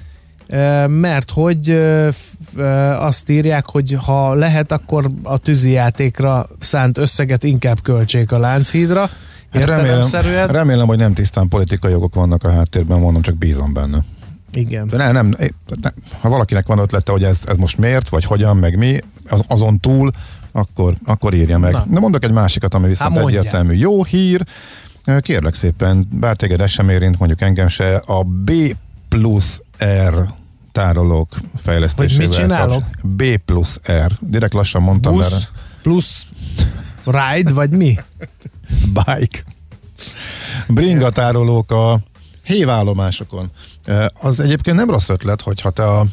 mert hogy azt írják, hogy ha lehet, akkor a tűzijátékra szánt összeget inkább költsék a Lánchídra. Remélem, hogy nem tisztán politikai jogok vannak a háttérben, mondom, csak bízom benne. Igen. De nem, ha valakinek van ötlete, hogy ez most miért, vagy hogyan, meg mi, azon túl, akkor írja meg. De mondok egy másikat, ami viszont egyértelmű jó hír. Kérlek szépen, bár téged ez sem érint, mondjuk engem se, a B+R tárolók fejlesztésével. Hogy mit csinálok? B+R. Direkt lassan mondtam. Busz plusz ride, vagy mi? Bike. Bringatárolók a hévállomásokon. Az egyébként nem rossz ötlet, hogyha te a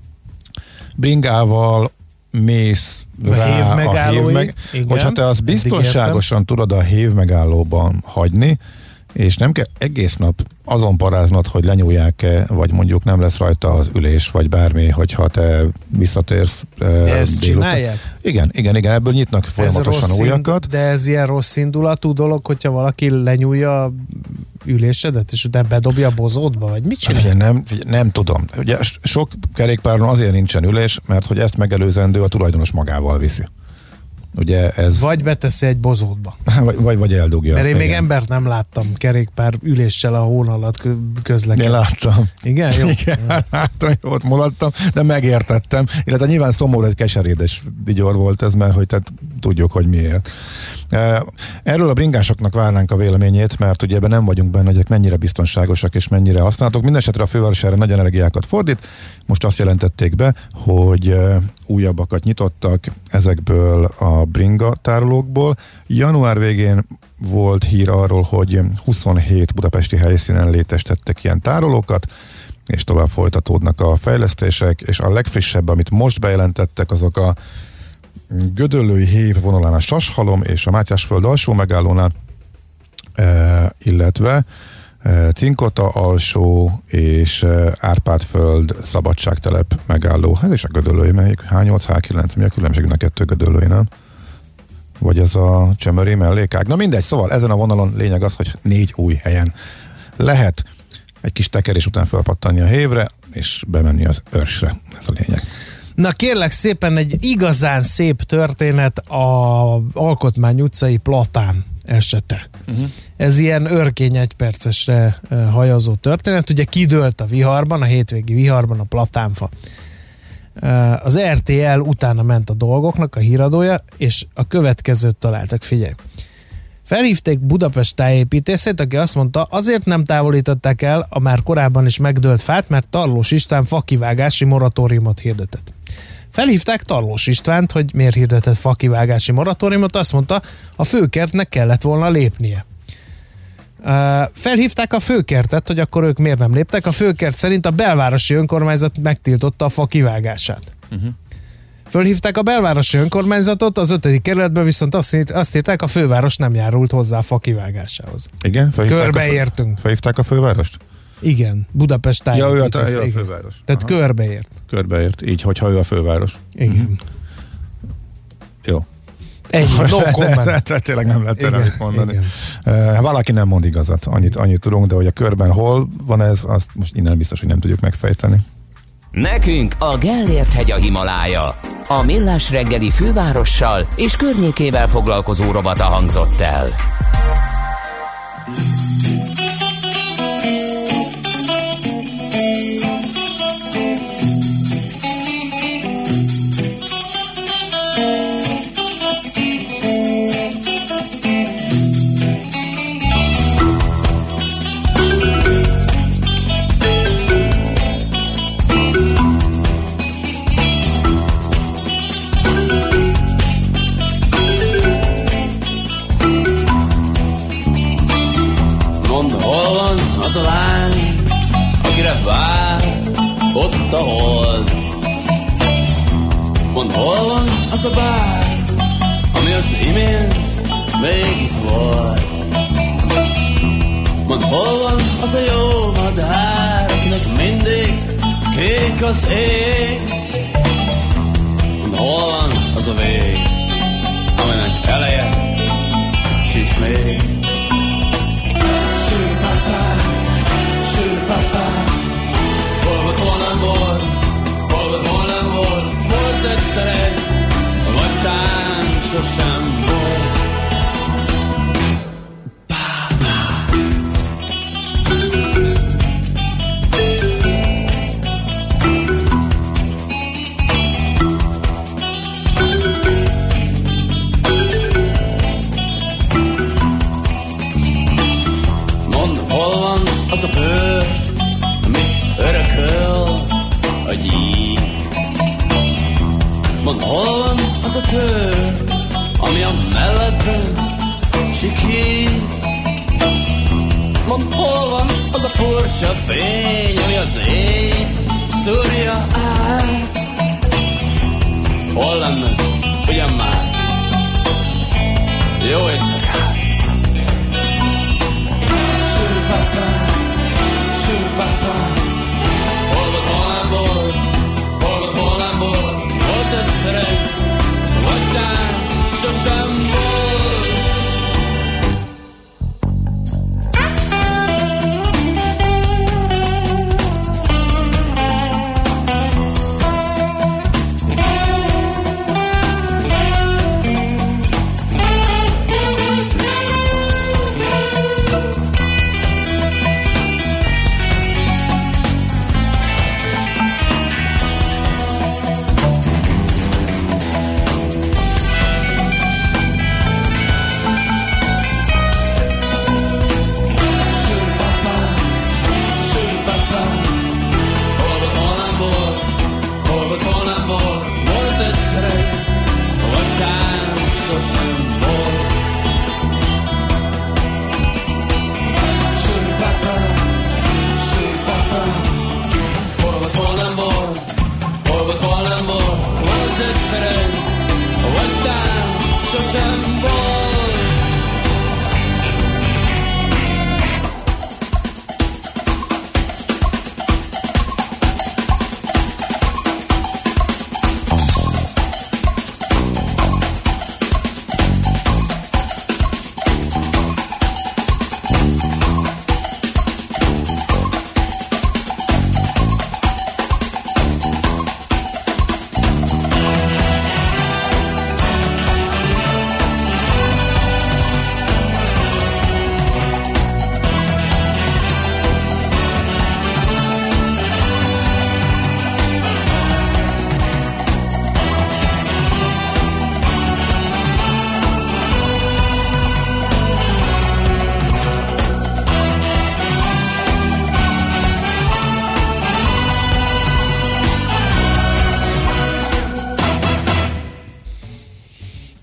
bringával mész rá a hogyha te azt biztonságosan tudod a hévmegállóban hagyni, és nem kell egész nap azon paráznod, hogy lenyúlják-e, vagy mondjuk nem lesz rajta az ülés, vagy bármi, hogyha te visszatérsz. De ezt csinálják? Igen, ebből nyitnak folyamatosan újakat. De ez ilyen rossz indulatú dolog, hogyha valaki lenyúlja a ülésedet, és utána bedobja a bozótba, vagy mit csinál? Nem tudom. Ugye sok kerékpáron azért nincsen ülés, mert hogy ezt megelőzendő a tulajdonos magával viszi. Ugye ez... Vagy beteszi egy bozótba. Vagy eldugja. Mert én még embert nem láttam kerékpár üléssel a hón alatt közlekedni. Én láttam. Igen? Jó. Igen, láttam, ott mulattam, de megértettem. Illetve nyilván szomorú, egy keserédes vigyor volt ez, mert hogy tehát tudjuk, hogy miért. Erről a bringásoknak várnánk a véleményét, mert ugye ebben nem vagyunk benne, hogy ezek mennyire biztonságosak és mennyire használhatók. Mindenesetre a főváros erre nagy energiákat fordít. Most azt jelentették be, hogy újabbakat nyitottak ezekből a bringa tárolókból. Január végén volt hír arról, hogy 27 budapesti helyszínen létesítettek ilyen tárolókat, és tovább folytatódnak a fejlesztések, és a legfrissebb, amit most bejelentettek, azok a Gödöllői hév vonalán a Sashalom és a Mátyásföld alsó megállónál, illetve Cinkota alsó és Árpád-föld szabadságtelep megálló. Hát és a Gödöllői, melyik H8, H9, mi a különbség a kettő Gödöllői, nem? Vagy ez a Csömöri mellékág? Na mindegy, szóval ezen a vonalon lényeg az, hogy 4 új helyen lehet egy kis tekerés után felpattanni a hévre, és bemenni az Örsre. Ez a lényeg. Na kérlek szépen, egy igazán szép történet a Alkotmány utcai platán esete. Ez ilyen örkény egypercesre hajazó történet. Ugye kidőlt a viharban, a hétvégi viharban a platánfa. Az RTL utána ment a dolgoknak, a híradója, és a következőt találtak, figyelj. Felhívték Budapest tájépítészét, aki azt mondta, azért nem távolították el a már korábban is megdőlt fát, mert Tarlós István fakivágási moratóriumot hirdetett. Felhívták Tarlós Istvánt, hogy miért hirdetett fakivágási moratóriumot, azt mondta, a főkertnek kellett volna lépnie. Felhívták a főkertet, hogy akkor ők miért nem léptek. A főkert szerint a belvárosi önkormányzat megtiltotta a fa kivágását. Fölhívták a belvárosi önkormányzatot, az 5. kerületben viszont azt írták, a főváros nem járult hozzá a fa kivágásához. Igen? Körbeértünk. Felhívták a fővárost? Igen, Budapest tájépítész. Ja, ő a főváros. Tehát körbeért. Körbeért, így, hogyha ő a főváros. Igen. Jó. Ennyi, no comment. Tényleg nem lehet erre mit mondani. Valaki nem mond igazat, annyit tudunk, de hogy a körben hol van ez, azt most innen biztos, hogy nem tudjuk megfejteni. Nekünk a Gellért-hegy a Himalája. A Millás reggeli fővárossal és környékével foglalkozó rovata hangzott el. Az a lány, akire vár ott a hold. Mondd, hol van az a bár, ami az imént még itt volt. Mondd, hol van az a jó madár, akinek mindig kék az ég. Mondd, hol van az a vég, aminek eleje sincs még. Hol volt, hol nem volt, hol volt, hol nem volt, volt egyszer egy, vagy tán sosem volt. Mondd, hol van az a bőr, amit örököl a gyík. Mondd, hol van az a tör, ami a melledben sikít. Mondd, hol van az a furcsa fény, ami az ég szúrja át. Hol lenne, ugyan már, jó éjszakát. Hol volt, hol nem volt, hol volt, hol nem volt, volt egyszer egy, vagy tán sosem volt.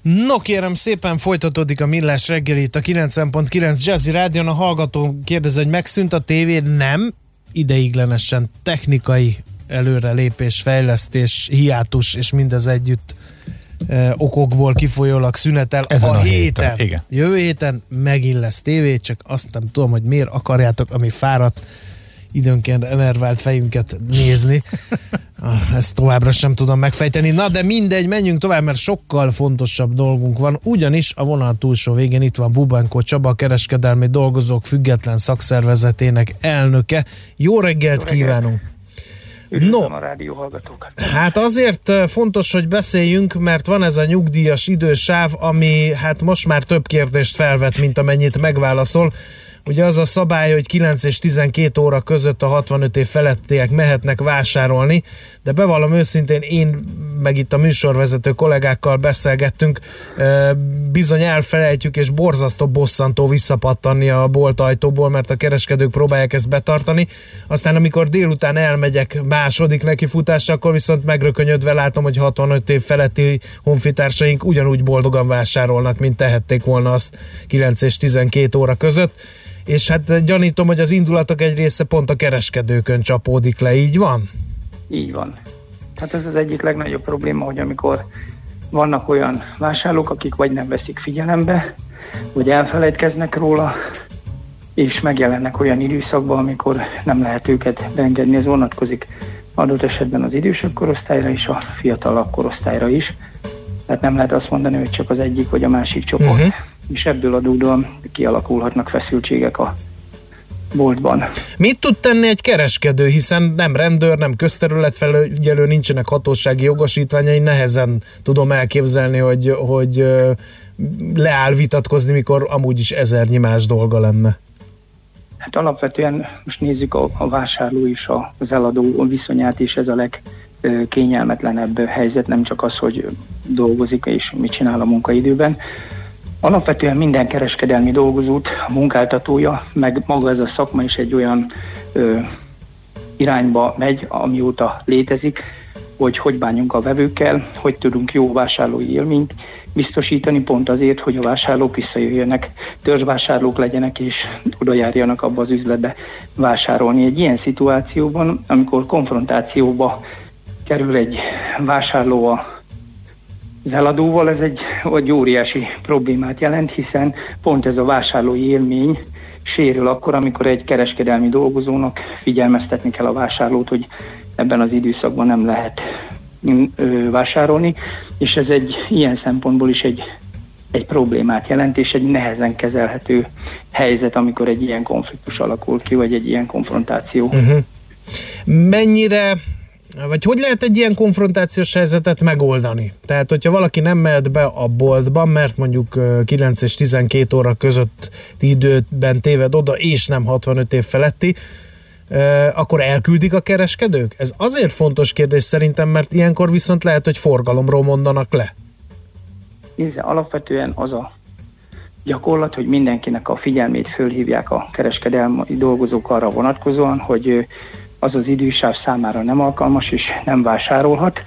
No kérem szépen, folytatódik a Millás reggel itt a 90.9 Jazzy Rádion. A hallgató kérdezi, hogy megszűnt a tévé. Nem, ideiglenesen technikai előrelépés, fejlesztés, hiátus és mindez együtt okokból kifolyólag szünetel ezen a héten. Igen. Jövő héten megint lesz tévé, csak azt nem tudom, hogy miért akarjátok, ami fáradt, időnként enervált fejünket nézni. Ezt továbbra sem tudom megfejteni. Na de mindegy, menjünk tovább, mert sokkal fontosabb dolgunk van, ugyanis a vonal túlsó végén itt van Bubankó Csaba, a Kereskedelmi Dolgozók Független Szakszervezetének elnöke. Jó reggelt kívánunk! Üdvözlöm a rádió hallgatókat. Hát azért fontos, hogy beszéljünk, mert van ez a nyugdíjas idősáv, ami hát most már több kérdést felvet, mint amennyit megválaszol. Ugye az a szabály, hogy 9 és 12 óra között a 65 év felettiek mehetnek vásárolni, de bevallom őszintén, én meg itt a műsorvezető kollégákkal beszélgettünk, bizony elfelejtjük, és borzasztó bosszantó visszapattanni a bolt ajtóból, mert a kereskedők próbálják ezt betartani. Aztán amikor délután elmegyek második nekifutásra, akkor viszont megrökönyödve látom, hogy 65 év feletti honfitársaink ugyanúgy boldogan vásárolnak, mint tehették volna azt 9 és 12 óra között. És hát gyanítom, hogy az indulatok egy része pont a kereskedőkön csapódik le, így van? Így van. Hát ez az egyik legnagyobb probléma, hogy amikor vannak olyan vásárlók, akik vagy nem veszik figyelembe, vagy elfelejtkeznek róla, és megjelennek olyan időszakban, amikor nem lehet őket beengedni. Ez vonatkozik adott esetben az idősebb korosztályra és a fiatalabb korosztályra is. Tehát nem lehet azt mondani, hogy csak az egyik vagy a másik csoport. És ebből adódóan kialakulhatnak feszültségek a boltban. Mit tud tenni egy kereskedő, hiszen nem rendőr, nem közterületfelügyelő, nincsenek hatósági jogosítványai, nehezen tudom elképzelni, hogy leáll vitatkozni, mikor amúgy is ezernyi más dolga lenne. Hát alapvetően most nézzük a vásárló és az eladó viszonyát, és ez a legkényelmetlenebb helyzet, nem csak az, hogy dolgozik és mit csinál a munkaidőben. Alapvetően minden kereskedelmi dolgozót a munkáltatója, meg maga ez a szakma is egy olyan irányba megy, amióta létezik, hogy bánjunk a vevőkkel, hogy tudunk jó vásárlói élményt biztosítani, pont azért, hogy a vásárlók visszajöjjenek, törzsvásárlók legyenek, és oda járjanak abba az üzletbe vásárolni. Egy ilyen szituációban, amikor konfrontációba kerül egy vásárló az eladóval, ez egy óriási problémát jelent, hiszen pont ez a vásárlói élmény sérül akkor, amikor egy kereskedelmi dolgozónak figyelmeztetni kell a vásárlót, hogy ebben az időszakban nem lehet vásárolni, és ez egy ilyen szempontból is egy problémát jelent, és egy nehezen kezelhető helyzet, amikor egy ilyen konfliktus alakul ki, vagy egy ilyen konfrontáció. Mennyire, vagy hogy lehet egy ilyen konfrontációs helyzetet megoldani? Tehát, hogyha valaki nem mehet be a boltban, mert mondjuk 9 és 12 óra közötti időben téved oda, és nem 65 év feletti, akkor elküldik a kereskedők? Ez azért fontos kérdés szerintem, mert ilyenkor viszont lehet, hogy forgalomról mondanak le. Alapvetően az a gyakorlat, hogy mindenkinek a figyelmét fölhívják a kereskedelmi dolgozók arra vonatkozóan, hogy az az idősáv számára nem alkalmas és nem vásárolhat.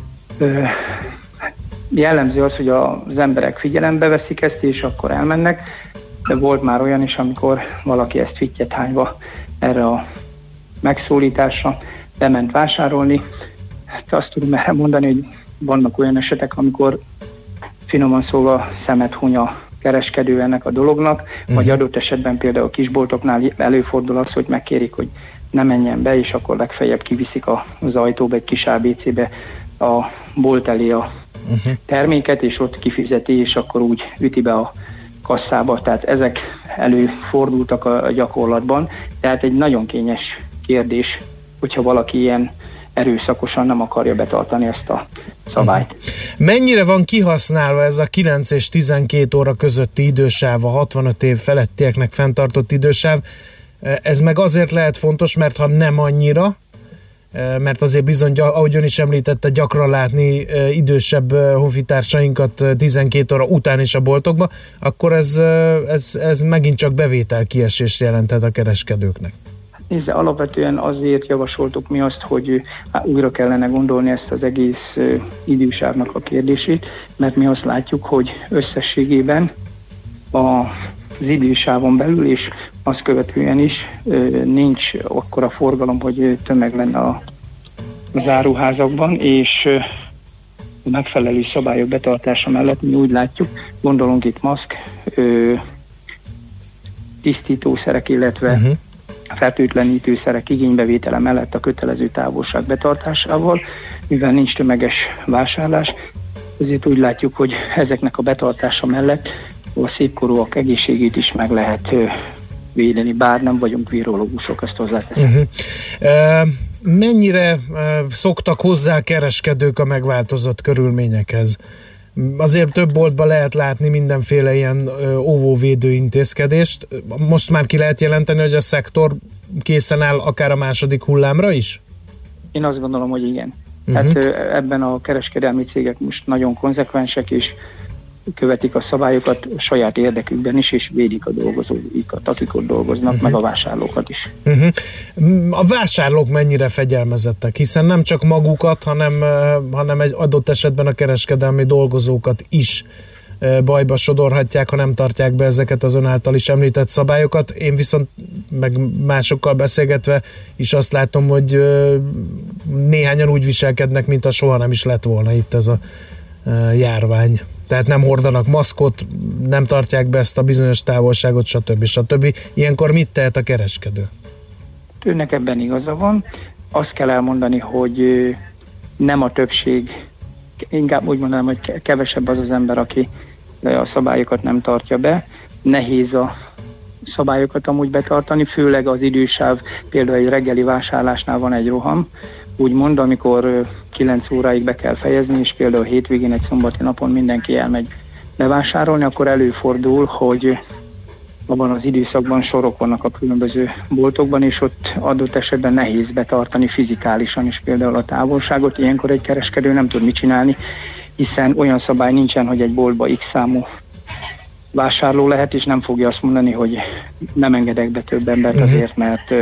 Jellemző az, hogy az emberek figyelembe veszik ezt, és akkor elmennek, de volt már olyan is, amikor valaki ezt fittyet hányva erre a megszólításra bement vásárolni. Hát azt tudom erre mondani, hogy vannak olyan esetek, amikor finoman szólva szemet huny a kereskedő ennek a dolognak, vagy adott esetben például a kisboltoknál előfordul az, hogy megkérik, hogy ne menjen be, és akkor legfeljebb kiviszik az ajtóba, egy kis ABC-be a bolt elé a terméket, és ott kifizeti, és akkor úgy üti be a kasszába. Tehát ezek előfordultak a gyakorlatban. Tehát egy nagyon kényes kérdés, hogyha valaki ilyen erőszakosan nem akarja betartani ezt a szabályt. Mennyire van kihasználva ez a 9 és 12 óra közötti idősáv, a 65 év felettieknek fenntartott idősáv? Ez meg azért lehet fontos, mert ha nem annyira, mert azért bizony, ahogy ön is említette, gyakran látni idősebb honfitársainkat 12 óra után is a boltokba, akkor ez megint csak bevételkiesést jelenthet a kereskedőknek. Nézze, alapvetően azért javasoltuk mi azt, hogy újra kellene gondolni ezt az egész idősávnak a kérdését, mert mi azt látjuk, hogy összességében az idősávon belül és azt követően is nincs akkora forgalom, hogy tömeg lenne az áruházakban, és megfelelő szabályok betartása mellett mi úgy látjuk, gondolunk itt maszk, tisztítószerek, illetve fertőtlenítőszerek igénybevétele mellett a kötelező távolság betartásával, mivel nincs tömeges vásárlás, ezért úgy látjuk, hogy ezeknek a betartása mellett a szépkorúak egészségét is meg lehet védeni, bár nem vagyunk virológusok, ezt hozzáteszem. Mennyire szoktak hozzá kereskedők a megváltozott körülményekhez? Azért több boltban lehet látni mindenféle ilyen óvóvédő intézkedést. Most már ki lehet jelenteni, hogy a szektor készen áll akár a második hullámra is? Én azt gondolom, hogy igen. Hát ebben a kereskedelmi cégek most nagyon konzekvensek, és követik a szabályokat saját érdekükben is, és védik a dolgozóikat, akik ott dolgoznak, meg a vásárlókat is. A vásárlók mennyire fegyelmezettek? Hiszen nem csak magukat, hanem egy adott esetben a kereskedelmi dolgozókat is bajba sodorhatják, ha nem tartják be ezeket az ön által is említett szabályokat. Én viszont meg másokkal beszélgetve is azt látom, hogy néhányan úgy viselkednek, mint soha nem is lett volna itt ez a járvány. Tehát nem hordanak maszkot, nem tartják be ezt a bizonyos távolságot, stb. Ilyenkor mit tehet a kereskedő? Önnek ebben igaza van. Azt kell elmondani, hogy nem a többség, inkább úgy mondanám, hogy kevesebb az az ember, aki a szabályokat nem tartja be. Nehéz a szabályokat amúgy betartani, főleg az idősáv, például egy reggeli vásárlásnál van egy roham, úgymond, amikor 9 óráig be kell fejezni, és például hétvégén egy szombati napon mindenki elmegy bevásárolni, akkor előfordul, hogy abban az időszakban sorok vannak a különböző boltokban, és ott adott esetben nehéz betartani fizikálisan is például a távolságot. Ilyenkor egy kereskedő nem tud mit csinálni, hiszen olyan szabály nincsen, hogy egy boltba X számú vásárló lehet, és nem fogja azt mondani, hogy nem engedek be több embert azért,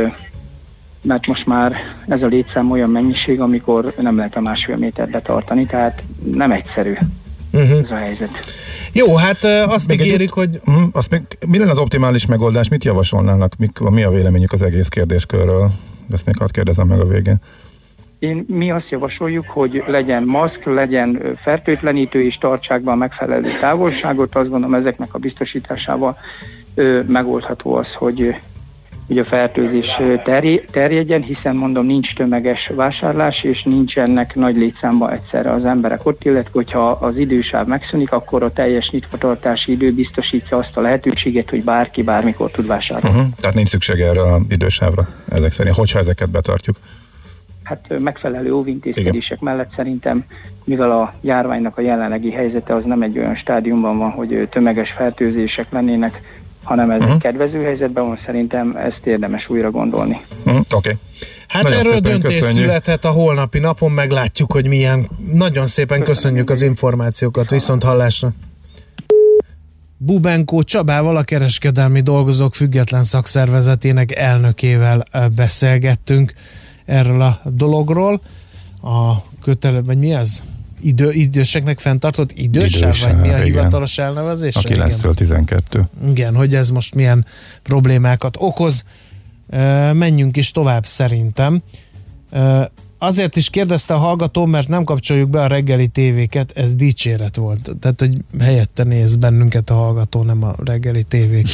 mert most már ez a létszám olyan mennyiség, amikor nem lehet a 1,5 métert betartani, tehát nem egyszerű ez a helyzet. Jó, hát azt ígérik, hogy... Mi lenne az optimális megoldás? Mit javasolnának? Mi a véleményük az egész kérdéskörről? Ezt még hadd kérdezem meg a végén. Mi azt javasoljuk, hogy legyen maszk, legyen fertőtlenítő, és tartsák be a megfelelő távolságot. Azt gondolom, ezeknek a biztosításával megoldható az, hogy a fertőzés terjedjen, hiszen mondom, nincs tömeges vásárlás, és nincsenek nagy létszámban egyszerre az emberek ott, illetve hogyha az idősáv megszűnik, akkor a teljes nyitvatartási idő biztosítja azt a lehetőséget, hogy bárki bármikor tud vásárolni. Tehát nincs szükség erre az idősávra ezek szerint, hogyha ezeket betartjuk. Hát megfelelő óvintézkedések mellett szerintem, mivel a járványnak a jelenlegi helyzete az nem egy olyan stádiumban van, hogy tömeges fertőzések lennének, hanem ez egy kedvező helyzetben van, szerintem ezt érdemes újra gondolni. Oké. Hát nagyon erről döntés születhet a holnapi napon, meglátjuk, hogy milyen. Nagyon szépen köszönjük az információkat, viszont hallásra. Bubenkó Csabával, a Kereskedelmi Dolgozók Független Szakszervezetének elnökével beszélgettünk erről a dologról. Vagy mi ez? Időseknek fenntartott idősáv, vagy mi a hivatalos elnevezés? A 9-től 12. Igen, hogy ez most milyen problémákat okoz. Menjünk is tovább szerintem. Azért is kérdezte a hallgató, mert nem kapcsoljuk be a reggeli tévéket, ez dicséret volt. Tehát, hogy helyette néz bennünket a hallgató, nem a reggeli tévék.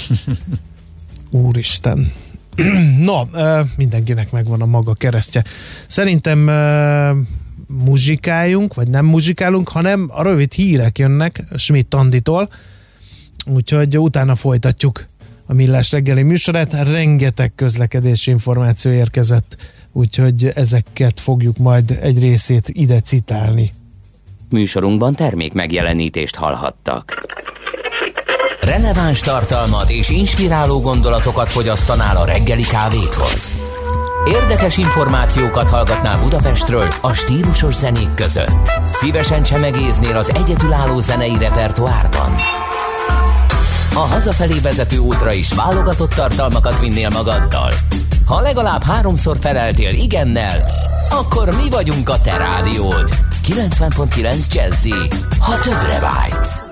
Úristen. No, mindenkinek megvan a maga keresztje. Szerintem muzsikáljunk, vagy nem muzsikálunk, hanem a rövid hírek jönnek Schmidt Anditól, úgyhogy utána folytatjuk a Millás reggeli műsorát. Rengeteg közlekedési információ érkezett, úgyhogy ezeket fogjuk majd egy részét ide citálni. Műsorunkban termék megjelenítést hallhattak. Releváns tartalmat és inspiráló gondolatokat fogyasztanál a reggeli kávéthoz. Érdekes információkat hallgatnál Budapestről a stílusos zenék között. Szívesen csemegéznél az egyedülálló zenei repertoárban. A hazafelé vezető útra is válogatott tartalmakat vinnél magaddal. Ha legalább 3-szor feleltél igennel, akkor mi vagyunk a te rádiód. 90.9 Jazzy, ha többre vágysz.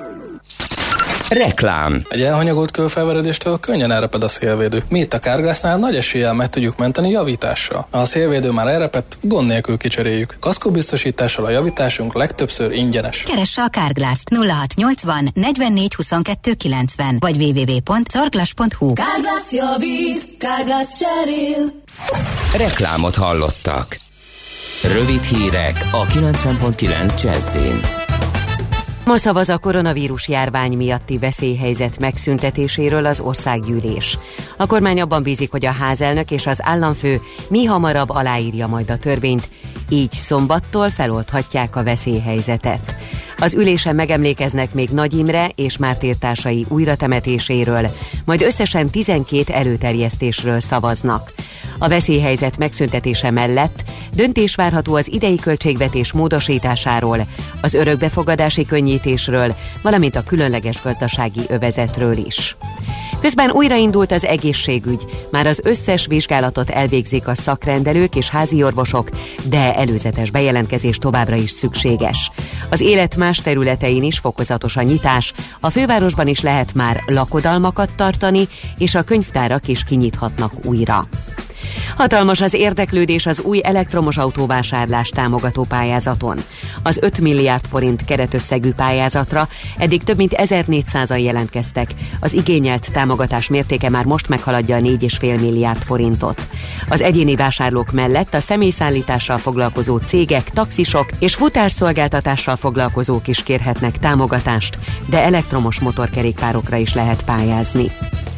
Reklám. Egy elhanyagolt kőfelveredéstől könnyen elreped a szélvédő. Mi itt a Carglassnál nagy eséllyel meg tudjuk menteni javítással. Ha a szélvédő már elrepett, gond nélkül kicseréljük. Kaszkóbiztosítással a javításunk legtöbbször ingyenes. Keresse a Carglass-t 0680 44 22 90 vagy www.carglass.hu. Carglass javít, Carglass cserél. Reklámot hallottak. Rövid hírek a 90.9 Jazzyn. Ma szavaz a koronavírus járvány miatti veszélyhelyzet megszüntetéséről az országgyűlés. A kormány abban bízik, hogy a házelnök és az államfő mihamarabb aláírja majd a törvényt, így szombattól feloldhatják a veszélyhelyzetet. Az ülésen megemlékeznek még Nagy Imre és mártírtársai újratemetéséről, majd összesen 12 előterjesztésről szavaznak. A veszélyhelyzet megszüntetése mellett döntés várható az idei költségvetés módosításáról, az örökbefogadási könnyítésről, valamint a különleges gazdasági övezetről is. Közben újraindult az egészségügy, már az összes vizsgálatot elvégzik a szakrendelők és háziorvosok, de előzetes bejelentkezés továbbra is szükséges. Az élet más területein is fokozatos a nyitás, a fővárosban is lehet már lakodalmakat tartani, és a könyvtárak is kinyithatnak újra. Hatalmas az érdeklődés az új elektromos autóvásárlás támogató pályázaton. Az 5 milliárd forint keretösszegű pályázatra eddig több mint 1400-an jelentkeztek. Az igényelt támogatás mértéke már most meghaladja a 4,5 milliárd forintot. Az egyéni vásárlók mellett a személyszállítással foglalkozó cégek, taxisok és futárszolgáltatással foglalkozók is kérhetnek támogatást, de elektromos motorkerékpárokra is lehet pályázni.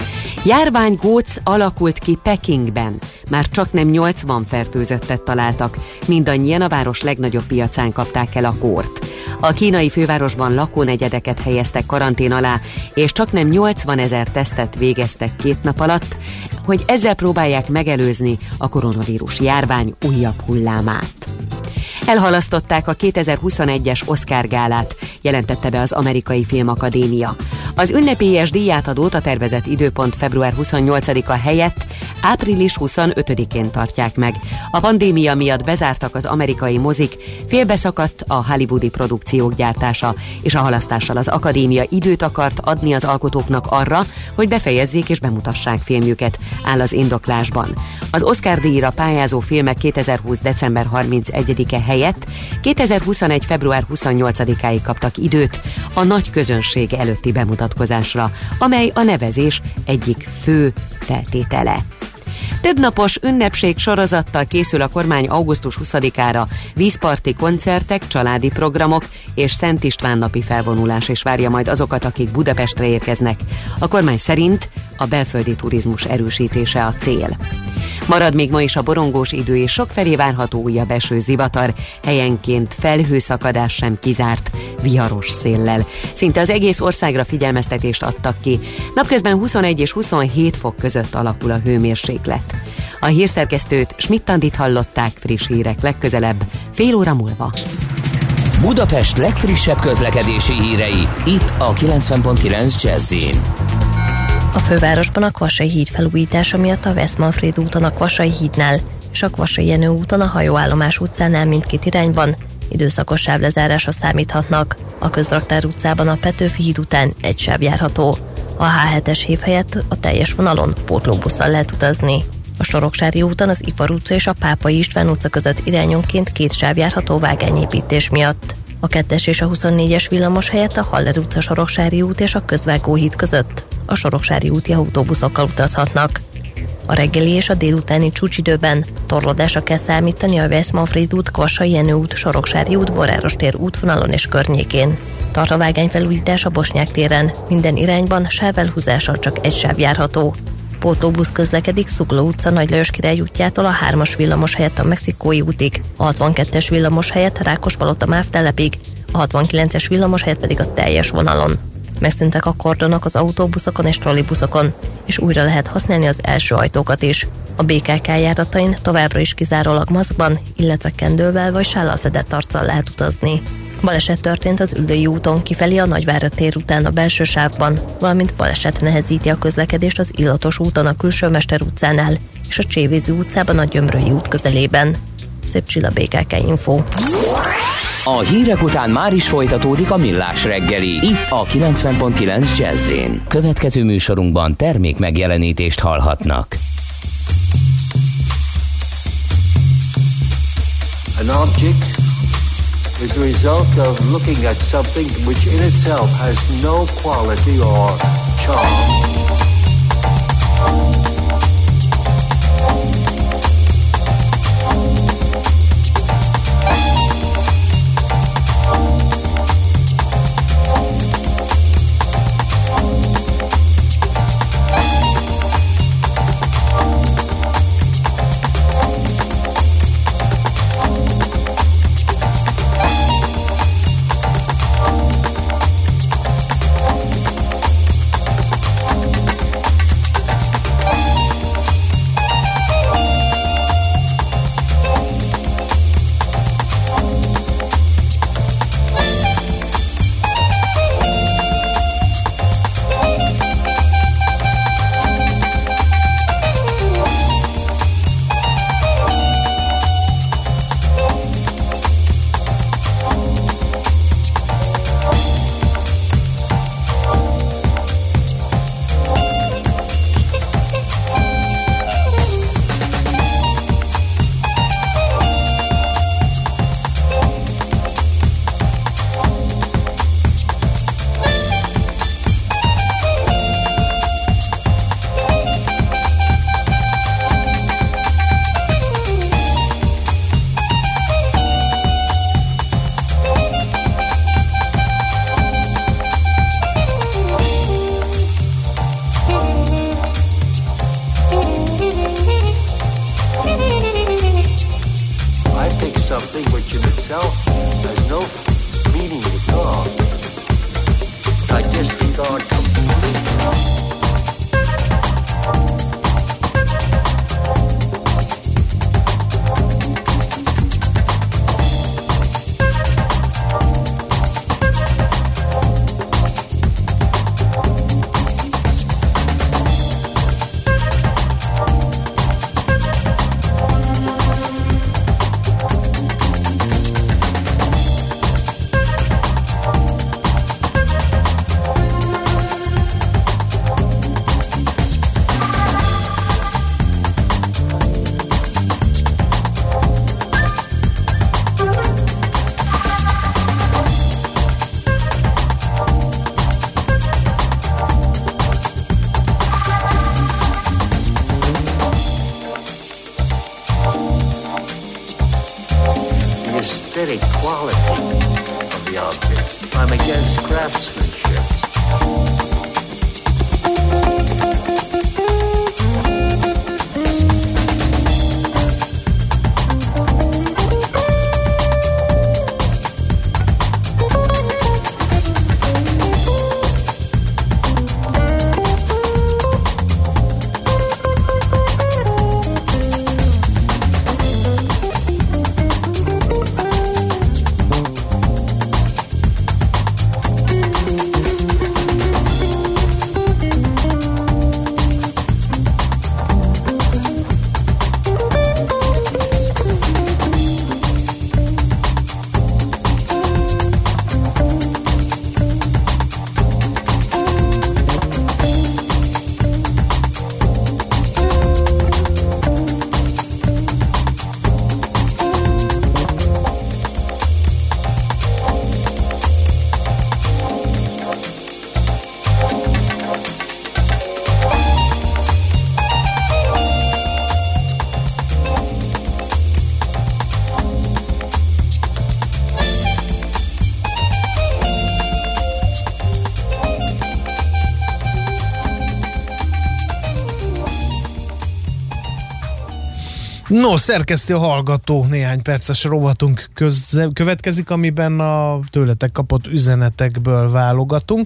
Járványgóc alakult ki Pekingben. Már csaknem 80 fertőzöttet találtak, mindannyian a város legnagyobb piacán kapták el a kórt. A kínai fővárosban lakónegyedeket helyeztek karantén alá, és csaknem 80 000 tesztet végeztek 2 nap alatt, hogy ezzel próbálják megelőzni a koronavírus járvány újabb hullámát. Elhalasztották a 2021-es Oscar gálát, jelentette be az Amerikai Filmakadémia. Az ünnepélyes díjátadót a tervezett időpont február 28-a helyett április 25-én tartják meg. A pandémia miatt bezártak az amerikai mozik, félbeszakadt a hollywoodi produkciók gyártása, és a halasztással az akadémia időt akart adni az alkotóknak arra, hogy befejezzék és bemutassák filmjüket, áll az indoklásban. Az Oscar-díjra pályázó filmek 2020. december 31-e helyett 2021. február 28-áig kaptak időt a nagy közönség előtti bemutatkozásra, amely a nevezés egyik fő feltétele. Többnapos ünnepség sorozattal készül a kormány augusztus 20-ára, vízparti koncertek, családi programok és Szent István napi felvonulás is várja majd azokat, akik Budapestre érkeznek. A kormány szerint a belföldi turizmus erősítése a cél. Marad még ma is a borongós idő, és sokfelé várható újabb eső, zivatar, helyenként felhőszakadás sem kizárt, viharos széllel. Szinte az egész országra figyelmeztetést adtak ki. Napközben 21 és 27 fok között alakul a hőmérséklet. A hírszerkesztőt, Schmidt-Andit hallották, friss hírek legközelebb, fél óra múlva. Budapest legfrissebb közlekedési hírei, itt a 90.9 Jazzyn. A fővárosban a Kvassai híd felújítása miatt a West-Manfréd úton a Kvassai hídnál és a Kvassai Jenő úton a Hajóállomás utcánál mindkét irányban időszakos sávlezárásra számíthatnak. A Közraktár utcában a Petőfi híd után egy sáv járható. A H7-es hév helyett a teljes vonalon pótlóbusszal lehet utazni. A Soroksári úton az Ipar utca és a Pápai István utca között irányonként 2 sáv járható vágányépítés miatt. A 2-es és a 24-es villamos helyett a Haller utca, Soroksári út és a Közvágóhíd között a Soroksári úti autóbuszokkal utazhatnak. A reggeli és a délutáni csúcsidőben torlódásra kell számítani a West-Manfréd út, Kvassai Jenő út, Soroksári út, Boráros tér útvonalon és környékén. Tart a vágányfelújítás a Bosnyák téren, minden irányban sávelhúzással csak egy sáv járható. Pótlóbusz közlekedik Szugló utca, Nagy Lajos Király útjától a 3-as villamos helyett a Mexikói útig, a 62-es villamos helyett Rákospalota MÁV telepig, a 69-es villamos helyett pedig a teljes vonalon. Megszűntek a kordonok az autóbuszokon és trollibuszokon, és újra lehet használni az első ajtókat is. A BKK járatain továbbra is kizárólag maszkban, illetve kendővel vagy sállal fedett arccal lehet utazni. Baleset történt az Üllői úton kifelé a Nagyvárad tér után a belső sávban, valamint baleset nehezíti a közlekedést az Illatos úton a Külsőmester utcánál és a Csévézi utcában a Gyömrői út közelében. Szép Csilla, BKK Info. A hírek után már is folytatódik a Millás reggeli, itt a 90.9 Jazz-in. Következő műsorunkban termék megjelenítést hallhatnak. An object is the result of looking at something which in itself has no quality or charm. No, szerkesztő hallgató, néhány perces rovatunk következik, amiben a tőletek kapott üzenetekből válogatunk.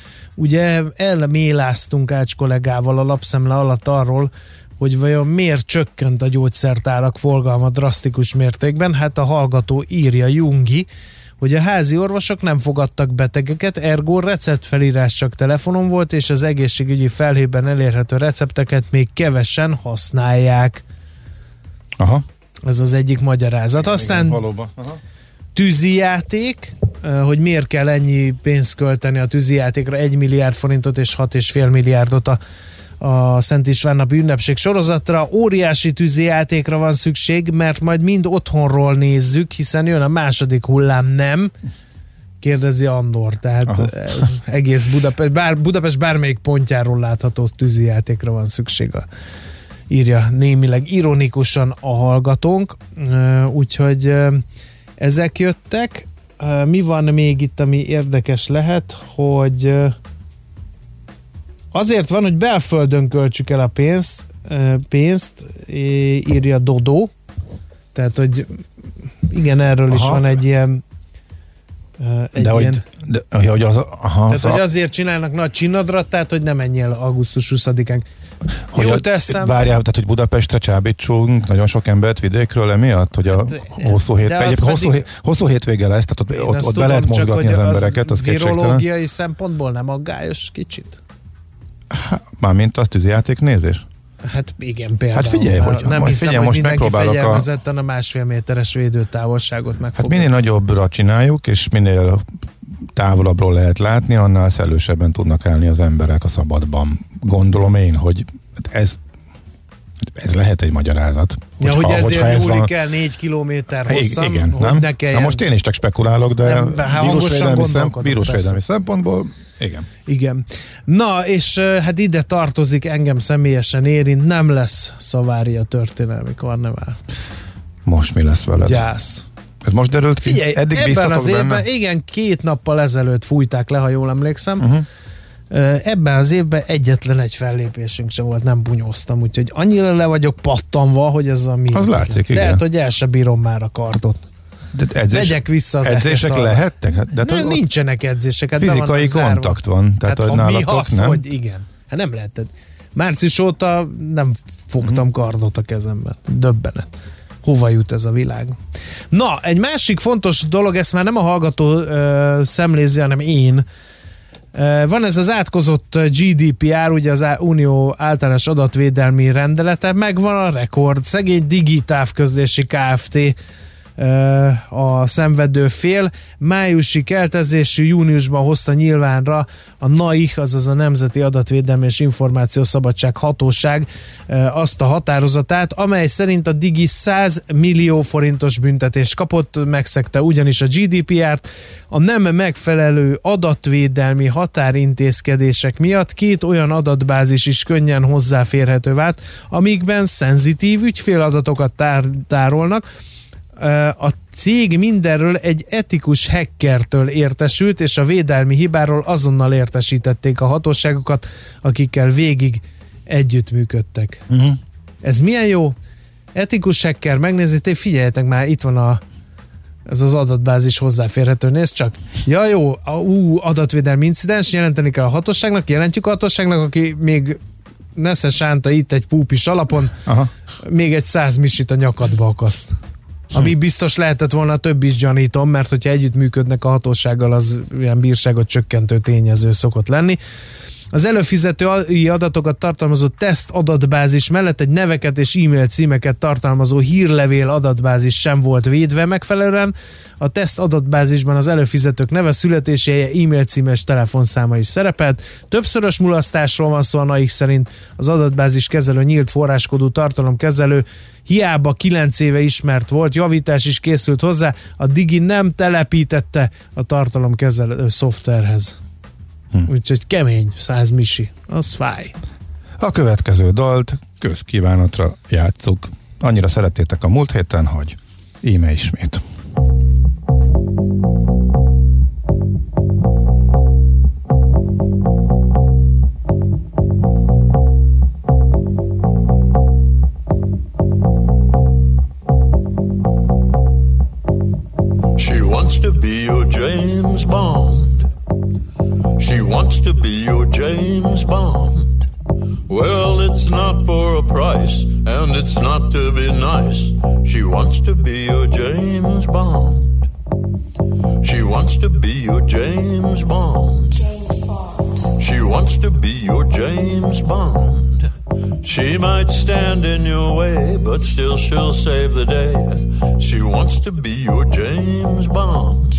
Ugye elméláztunk Ács kollégával a lapszemle alatt arról, hogy vajon miért csökkent a gyógyszertárak forgalma drasztikus mértékben. Hát a hallgató írja, Jungi, hogy a házi orvosok nem fogadtak betegeket, ergo receptfelírás csak telefonon volt, és az egészségügyi felhőben elérhető recepteket még kevesen használják. Aha. Ez az egyik magyarázat. Aztán valóban. Aha. Tűzijáték, hogy miért kell ennyi pénzt költeni a tűzijátékra, 1 milliárd forintot és 6,5 milliárdot a Szent István napi ünnepség sorozatra. Óriási tűzijátékra van szükség, mert majd mind otthonról nézzük, hiszen jön a második hullám, nem? Kérdezi Andor. Tehát egész Budapest bármelyik pontjáról látható tűzijátékra van szükség, írja némileg ironikusan a hallgatónk. Úgyhogy ezek jöttek. Mi van még itt, ami érdekes lehet, hogy azért van, hogy belföldön költsük el a pénzt, írja Dodó. Tehát, hogy igen, erről is van egy ilyen hogy azért csinálnak nagy csinadrat, tehát, hogy nem menjél augusztus 20-án. Jó teszem. Várjál, tehát, hogy Budapestre csábítsunk nagyon sok embert vidékről emiatt, hogy a hosszú hétvége lesz, tehát ott be lehet mozgatni az embereket, az kétségtelen. Virológiai szempontból nem aggályos kicsit? Mármint az tűzijáték nézés? Hát igen, például. Hát figyelj, nem hiszem, hogy mindenki fegyelmezetten a 1,5 méteres védőtávolságot megfogja. Hát minél nagyobbra csináljuk, és minél távolabbról lehet látni, annál szellősebben tudnak állni az emberek a szabadban. Gondolom én, hogy ez lehet egy magyarázat. Ja, hogy ezért nyúlik el 4 kilométer hosszan, igen, hogy nem? ne kelljen... Na most én is csak spekulálok, de vírusvédelmi szempontból igen. Na, és hát ide tartozik, engem személyesen érint, nem lesz Szavária történelmi karnevál. Most mi lesz veled? Gyász. Ez most derült ki? Figyelj, eddig ebben az évben, benne? igen, 2 nappal ezelőtt fújták le, ha jól emlékszem. Ebben az évben egyetlen egy fellépésünk sem volt, nem bunyóztam, úgyhogy annyira le vagyok pattanva, hogy ez a mi. Az látszik, igen. Lehet, hogy el se bírom már a kardot. Vegyek vissza az edzések lehettek? Hát, de nincsenek edzések. Hát fizikai kontakt van. Tehát, hát, nálatok, mi az, nem? hogy igen. Hát nem lehetett. Március óta nem fogtam kardot a kezemben. Döbbenet. Hova jut ez a világ? Na, egy másik fontos dolog, ezt már nem a hallgató szemlézi, hanem én. Van ez az átkozott GDPR, ugye az Unió általános adatvédelmi rendelete, megvan a rekord. Szegény Digitávközlési Kft. A szenvedő fél májusi keltezésű, júniusban hozta nyilvánra a NAIH, azaz a Nemzeti Adatvédelmi és Információszabadság Hatóság azt a határozatát, amely szerint a Digi 100 millió forintos büntetést kapott, megszegte ugyanis a GDPR-t a nem megfelelő adatvédelmi határintézkedések miatt. 2 olyan adatbázis is könnyen hozzáférhető vált, amikben szenzitív ügyféladatokat tárolnak. A cég mindenről egy etikus hackertől értesült, és a védelmi hibáról azonnal értesítették a hatóságokat, akikkel végig együttműködtek. Ez milyen jó? Etikus hacker, megnézzétek, figyeljetek már, itt van ez az adatbázis hozzáférhető, nézd csak. Ja jó, adatvédelmi incidens, jelenteni kell a hatóságnak, jelentjük a hatóságnak, aki még nesze sánta itt egy púpis alapon, még egy 100 misit a nyakadba akaszt. Ami biztos lehetett volna több is, gyanítom, mert hogyha együttműködnek a hatósággal, az ilyen bírságot csökkentő tényező szokott lenni. Az előfizetői adatokat tartalmazó teszt adatbázis mellett egy neveket és e-mail címeket tartalmazó hírlevél adatbázis sem volt védve megfelelően. A teszt adatbázisban az előfizetők neve, születési helye, e-mail címe és telefonszáma is szerepelt. Többszörös mulasztásról van szó a NAIH szerint. Az adatbázis kezelő nyílt forráskodú tartalomkezelő hiába 9 éve ismert volt, javítás is készült hozzá, a Digi nem telepítette a tartalomkezelő szoftverhez. Úgyhogy kemény, 100 misi. Az fáj. A következő dalt közkívánatra játsszuk. Annyira szerettétek a múlt héten, hogy íme ismét. She wants to be your James Bond. She wants to be your James Bond. Well, it's not for a price, and it's not to be nice. She wants to be your James Bond. She wants to be your James Bond. She wants to be your James Bond. She might stand in your way, but still she'll save the day. She wants to be your James Bond.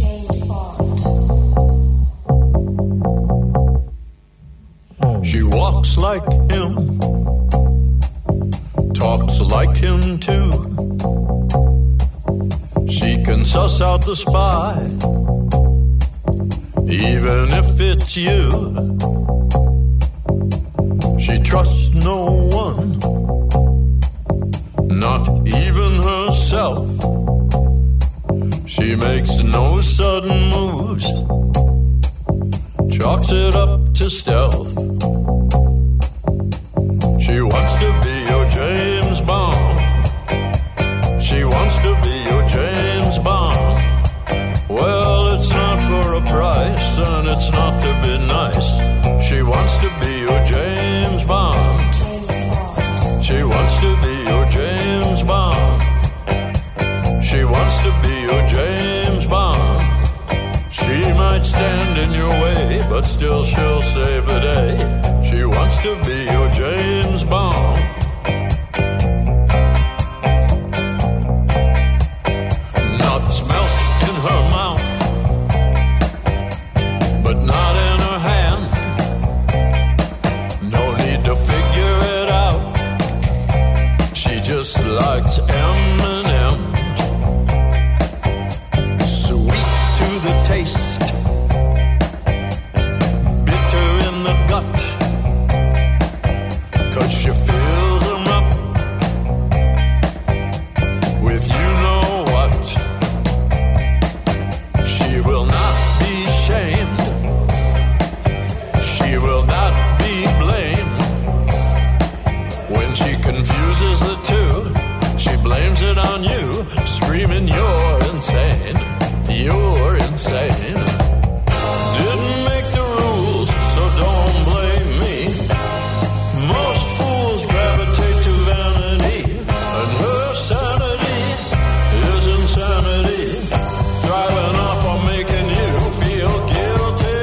She walks like him, talks like him too. She can suss out the spy, even if it's you. She trusts no one, not even herself. She makes no sudden moves, chalks it up to stealth. She wants to be your James Bond. She wants to be your James Bond. Well, it's not for a price, and it's not to be nice. She wants to be your James Bond. She wants to be your James Bond. She wants to be your James Bond. She might stand in your way, but still she'll save the day. She wants to be your James Bond. Nuts melt in her mouth, but not in her hand. No need to figure it out. She just likes M&M's. Sweet to the taste, bitter in the gut, 'cause she fills them up with you know what. She will not be shamed, she will not be blamed. When she confuses the two, she blames it on you, screaming you're insane, you're insane. Didn't make the rules, so don't blame me. Most fools gravitate to vanity, and her sanity is insanity, thriving off of making you feel guilty.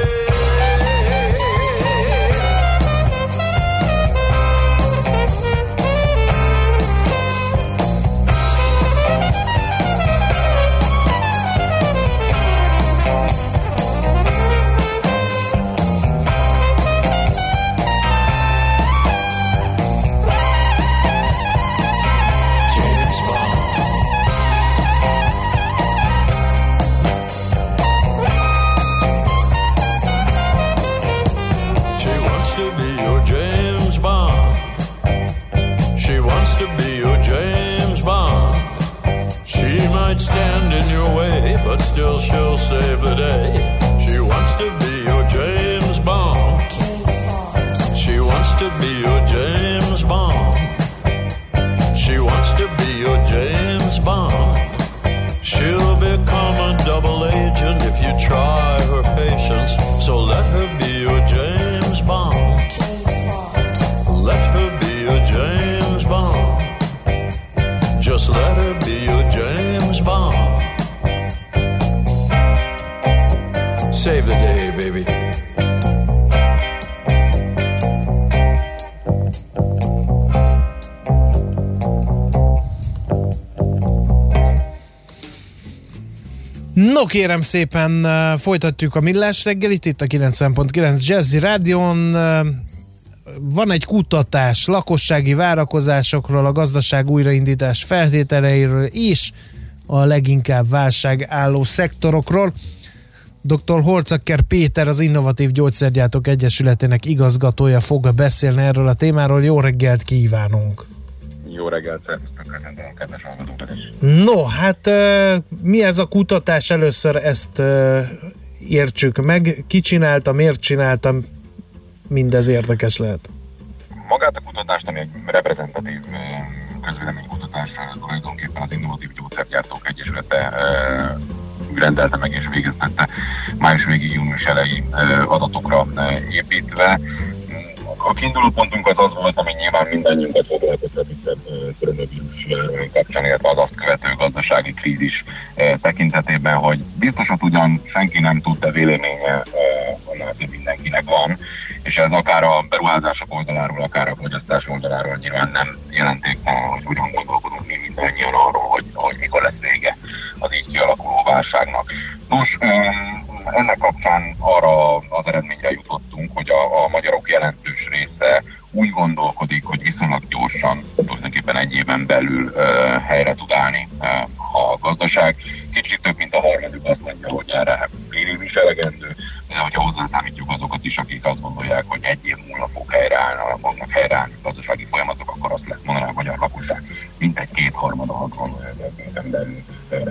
She wants to be your James Bond. She wants to be your James Bond. She might stand in your way, but still she'll save the day. She wants to be your James Bond. She wants to be your James Bond. She wants to be your James Bond. She'll become a double agent if you try her patience. So let her be your James Bond. Let her be your James Bond. Just let her be your James Bond. Save the day, baby. No kérem szépen, folytatjuk a Millás reggelit itt a 90.9 Jazzy Rádion. Van egy kutatás lakossági várakozásokról, a gazdaság újraindítás feltételeiről és a leginkább válság álló szektorokról. Dr. Holcaker Péter, az Innovatív Gyógyszergyártók Egyesületének igazgatója fog beszélni erről a témáról. Jó reggelt kívánunk! Jó reggelt, köszöntöm a kedves hallgatókat is. No, hát mi ez a kutatás? Először ezt értsük meg. Ki csinálta, miért csináltam? Mindez érdekes lehet. Magát a kutatást, ami egy reprezentatív közvéleménykutatás, tulajdonképpen az Innovatív Gyógyszergyártók Egyesülete rendelte meg és végeztette május végi, június elejé adatokra építve. A kiinduló pontunk az volt, ami nyilván mindannyiunkat foglalkoztat itt a koronavírus kapcsán, illetve az azt követő gazdasági krízis tekintetében, hogy biztosat ugyan senki nem tud, de véleménye annál mindenkinek van, és ez akár a beruházások oldaláról, akár a fogyasztás oldaláról nyilván nem jelentéktelen, hogy hogyan gondolkodunk mi mindannyian arról, hogy mikor lesz vége az így kialakuló válságnak. Nos, ennek kapcsán arra az eredményre jutottunk, hogy a magyarok jelentős része úgy gondolkodik, hogy viszonylag gyorsan, tulajdonképpen egy éven belül helyre tud állni a gazdaság. Kicsit több, mint a harmadik azt mondja, hogy erre fél év is elegendő, de hogyha hozzászámítjuk azokat is, akik azt gondolják, hogy egy év múlva fognak helyreállni a gazdasági folyamatok, akkor azt lehet mondani, hogy a magyar lakosság mintegy kétharmada azt gondolja, hogy egy éven belül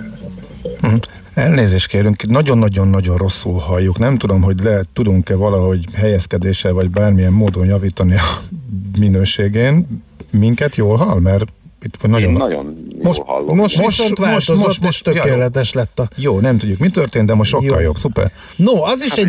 Elnézést kérünk, nagyon-nagyon-nagyon rosszul halljuk. Nem tudom, hogy tudunk-e valahogy helyezkedéssel vagy bármilyen módon javítani a minőségén. Minket jól hall? Mert itt nagyon jól hallom. Most viszont változott, most tökéletes lett a... Jó, nem tudjuk, mi történt, de most sokkal jobb, szuper. No, az is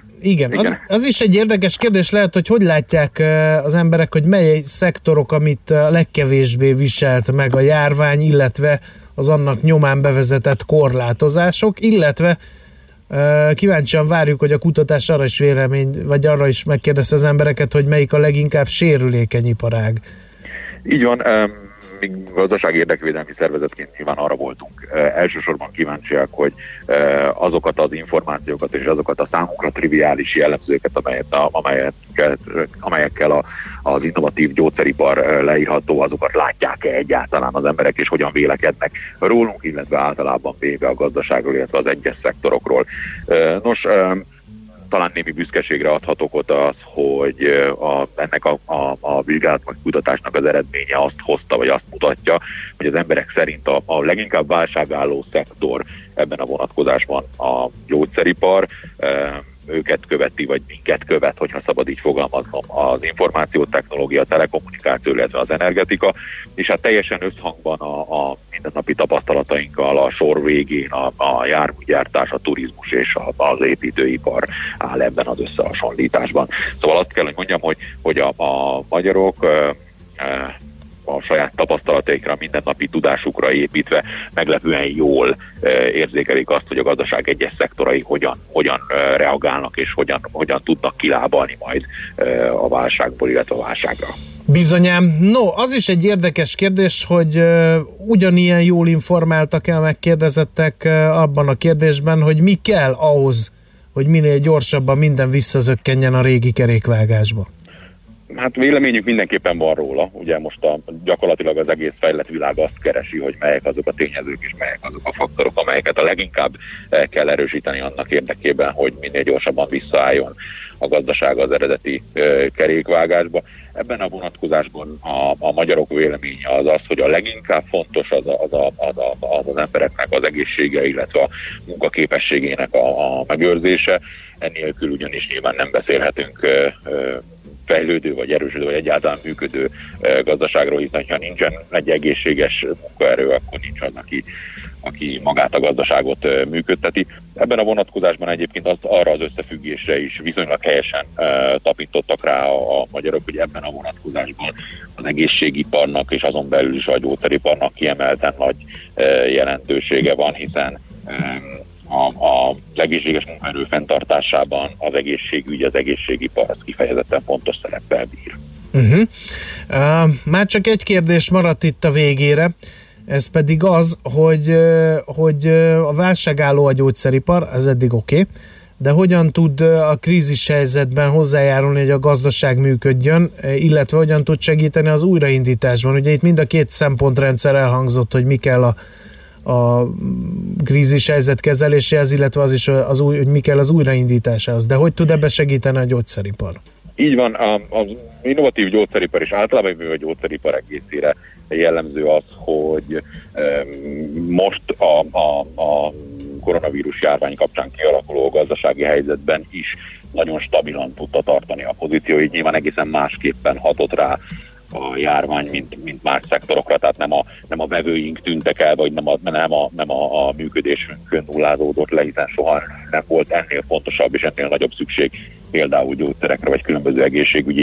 az is egy érdekes kérdés lehet, hogy látják az emberek, hogy mely szektorok, amit legkevésbé viselt meg a járvány, illetve az annak nyomán bevezetett korlátozások, illetve kíváncsian várjuk, hogy a kutatás arra is vélemény, vagy arra is megkérdezte az embereket, hogy melyik a leginkább sérülékeny iparág. Így van, mi gazdasági érdekvédelmi szervezetként nyilván arra voltunk elsősorban kíváncsiak, hogy azokat az információkat és azokat a számunkra triviális jellemzőket, amelyekkel az innovatív gyógyszeripar leírható, azokat látják-e egyáltalán az emberek, és hogyan vélekednek rólunk, illetve általában véve a gazdaságról, illetve az egyes szektorokról. Nos, talán némi büszkeségre adhat okot az, hogy ennek a vizsgálatnak, kutatásnak az eredménye azt hozta, vagy azt mutatja, hogy az emberek szerint a leginkább válságálló szektor ebben a vonatkozásban a gyógyszeripar, őket követi, vagy minket követ, hogyha szabad így fogalmaznom, az információtechnológia, a telekommunikáció, illetve az energetika, és hát teljesen összhangban a mindennapi tapasztalatainkkal a sor végén a járműgyártás, a turizmus és az építőipar áll ebben az összehasonlításban. Szóval azt kell, hogy mondjam, hogy a magyarok a saját tapasztalataikra, mindennapi tudásukra építve meglepően jól érzékelik azt, hogy a gazdaság egyes szektorai hogyan reagálnak, és hogyan tudnak kilábalni majd a válságból, illetve a válságra. Bizonyám. No, az is egy érdekes kérdés, hogy ugyanilyen jól informáltak-e megkérdezettek abban a kérdésben, hogy mi kell ahhoz, hogy minél gyorsabban minden visszazökkenjen a régi kerékvágásba. Hát véleményük mindenképpen van róla. Ugye most gyakorlatilag az egész fejlett világ azt keresi, hogy melyek azok a tényezők és melyek azok a faktorok, amelyeket a leginkább kell erősíteni annak érdekében, hogy minél gyorsabban visszaálljon a gazdaság az eredeti kerékvágásba. Ebben a vonatkozásban a magyarok véleménye az, hogy a leginkább fontos az embereknek az egészsége, illetve a munkaképességének a megőrzése. Ennélkül ugyanis nyilván nem beszélhetünk fejlődő, vagy erősödő, vagy egyáltalán működő gazdaságról, hiszen ha nincsen egy egészséges munkaerő, akkor nincs az, aki magát a gazdaságot működteti. Ebben a vonatkozásban egyébként arra az összefüggésre is viszonylag helyesen tapintottak rá a magyarok, hogy ebben a vonatkozásban az egészségiparnak és azon belül is a gyógyszeriparnak kiemelten nagy jelentősége van, hiszen az egészséges munkaerő fenntartásában az egészségügy, az egészségipar az kifejezetten fontos szereppel bír. Már csak egy kérdés maradt itt a végére, ez pedig az, hogy a válságálló a gyógyszeripar, ez eddig oké, de hogyan tud a krízis helyzetben hozzájárulni, hogy a gazdaság működjön, illetve hogyan tud segíteni az újraindításban. Ugye itt mind a két szempontrendszer elhangzott, hogy mi kell a krízis helyzet kezeléséhez, illetve az is, hogy mi kell az újraindításához. De hogy tud ebbe segíteni a gyógyszeripar? Így van, az innovatív gyógyszeripar és általában a gyógyszeripar egészére jellemző az, hogy most a koronavírus járvány kapcsán kialakuló gazdasági helyzetben is nagyon stabilan tudta tartani a pozícióit. Nyilván egészen másképpen hatott rá a járvány, mint más szektorokra, tehát nem a vevőink tűntek el, vagy nem a működésünk nullázódott le, hiszen soha nem volt ennél fontosabb és ennél nagyobb szükség például gyógyszerekre, vagy különböző egészségügyi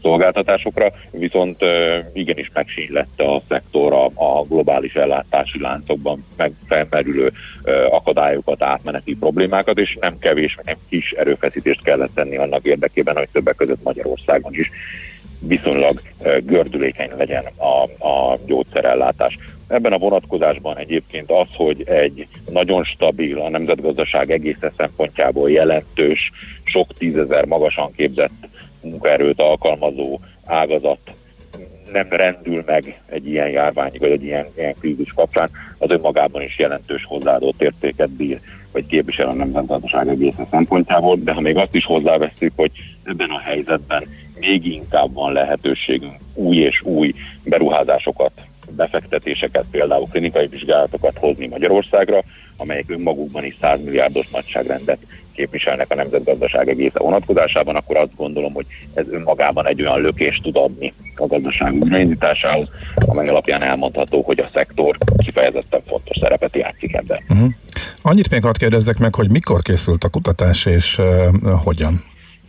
szolgáltatásokra, viszont igenis megsínylett a szektor a globális ellátási láncokban felmerülő akadályokat, átmeneti problémákat, és nem kevés, nem kis erőfeszítést kellett tenni annak érdekében, hogy többek között Magyarországon is viszonylag gördülékeny legyen a gyógyszerellátás. Ebben a vonatkozásban egyébként az, hogy egy nagyon stabil, a nemzetgazdaság egészen szempontjából jelentős, sok tízezer magasan képzett munkaerőt alkalmazó ágazat nem rendül meg egy ilyen járvány, vagy egy ilyen krízis kapcsán, az önmagában is jelentős hozzáadott értéket bír, vagy képvisel a nemzetgazdaság egészen szempontjából, de ha még azt is hozzáveszünk, hogy ebben a helyzetben még inkább van lehetőségünk új és új beruházásokat, befektetéseket, például klinikai vizsgálatokat hozni Magyarországra, amelyek önmagukban is 100 milliárdos nagyságrendet képviselnek a nemzetgazdaság egész vonatkozásában, akkor azt gondolom, hogy ez önmagában egy olyan lökést tud adni a gazdaság újraindításához, amely alapján elmondható, hogy a szektor kifejezetten fontos szerepet játszik ebben. Annyit még hadd kérdezzek meg, hogy mikor készült a kutatás és hogyan?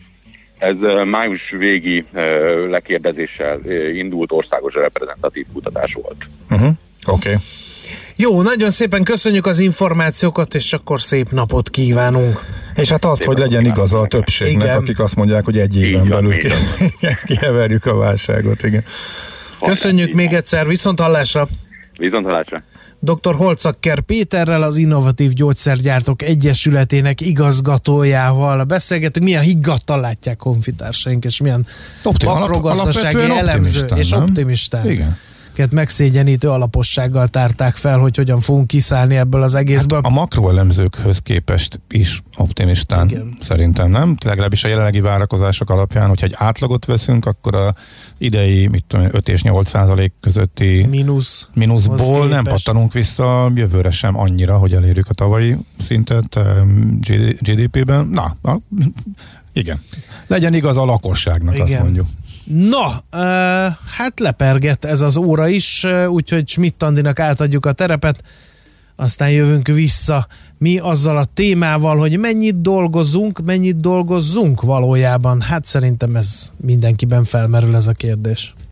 Ez május végi lekérdezéssel indult országos reprezentatív kutatás volt. Oké. Jó, nagyon szépen köszönjük az információkat, és akkor szép napot kívánunk. És hát azt, hogy legyen igaza a többségnek, igen, akik azt mondják, hogy egy éven belül kiheverjük a válságot. Igen. Köszönjük még egyszer, viszont hallásra! Viszont hallásra! Dr. Holcaker Péterrel, az Innovatív Gyógyszergyártók Egyesületének igazgatójával beszélgetünk. Milyen higgadtan látják honfitársaink, és milyen makrogazdasági elemző és optimistán. Igen. Megszégyenítő alapossággal tárták fel, hogy hogyan fogunk kiszállni ebből az egészből. Hát a makroelemzőkhöz képest is optimistán, igen, szerintem, nem? Legalábbis a jelenlegi várakozások alapján, hogyha egy átlagot veszünk, akkor a idei 5 és 8% közötti mínuszból nem pattanunk vissza jövőre sem annyira, hogy elérjük a tavalyi szintet GDP-ben. Igen. Legyen igaz a lakosságnak, igen, azt mondjuk. Na, hát lepergett ez az óra is, úgyhogy Schmidt Andinak átadjuk a terepet, aztán jövünk vissza mi azzal a témával, hogy mennyit dolgozzunk valójában. Hát szerintem ez mindenkiben felmerül ez a kérdés.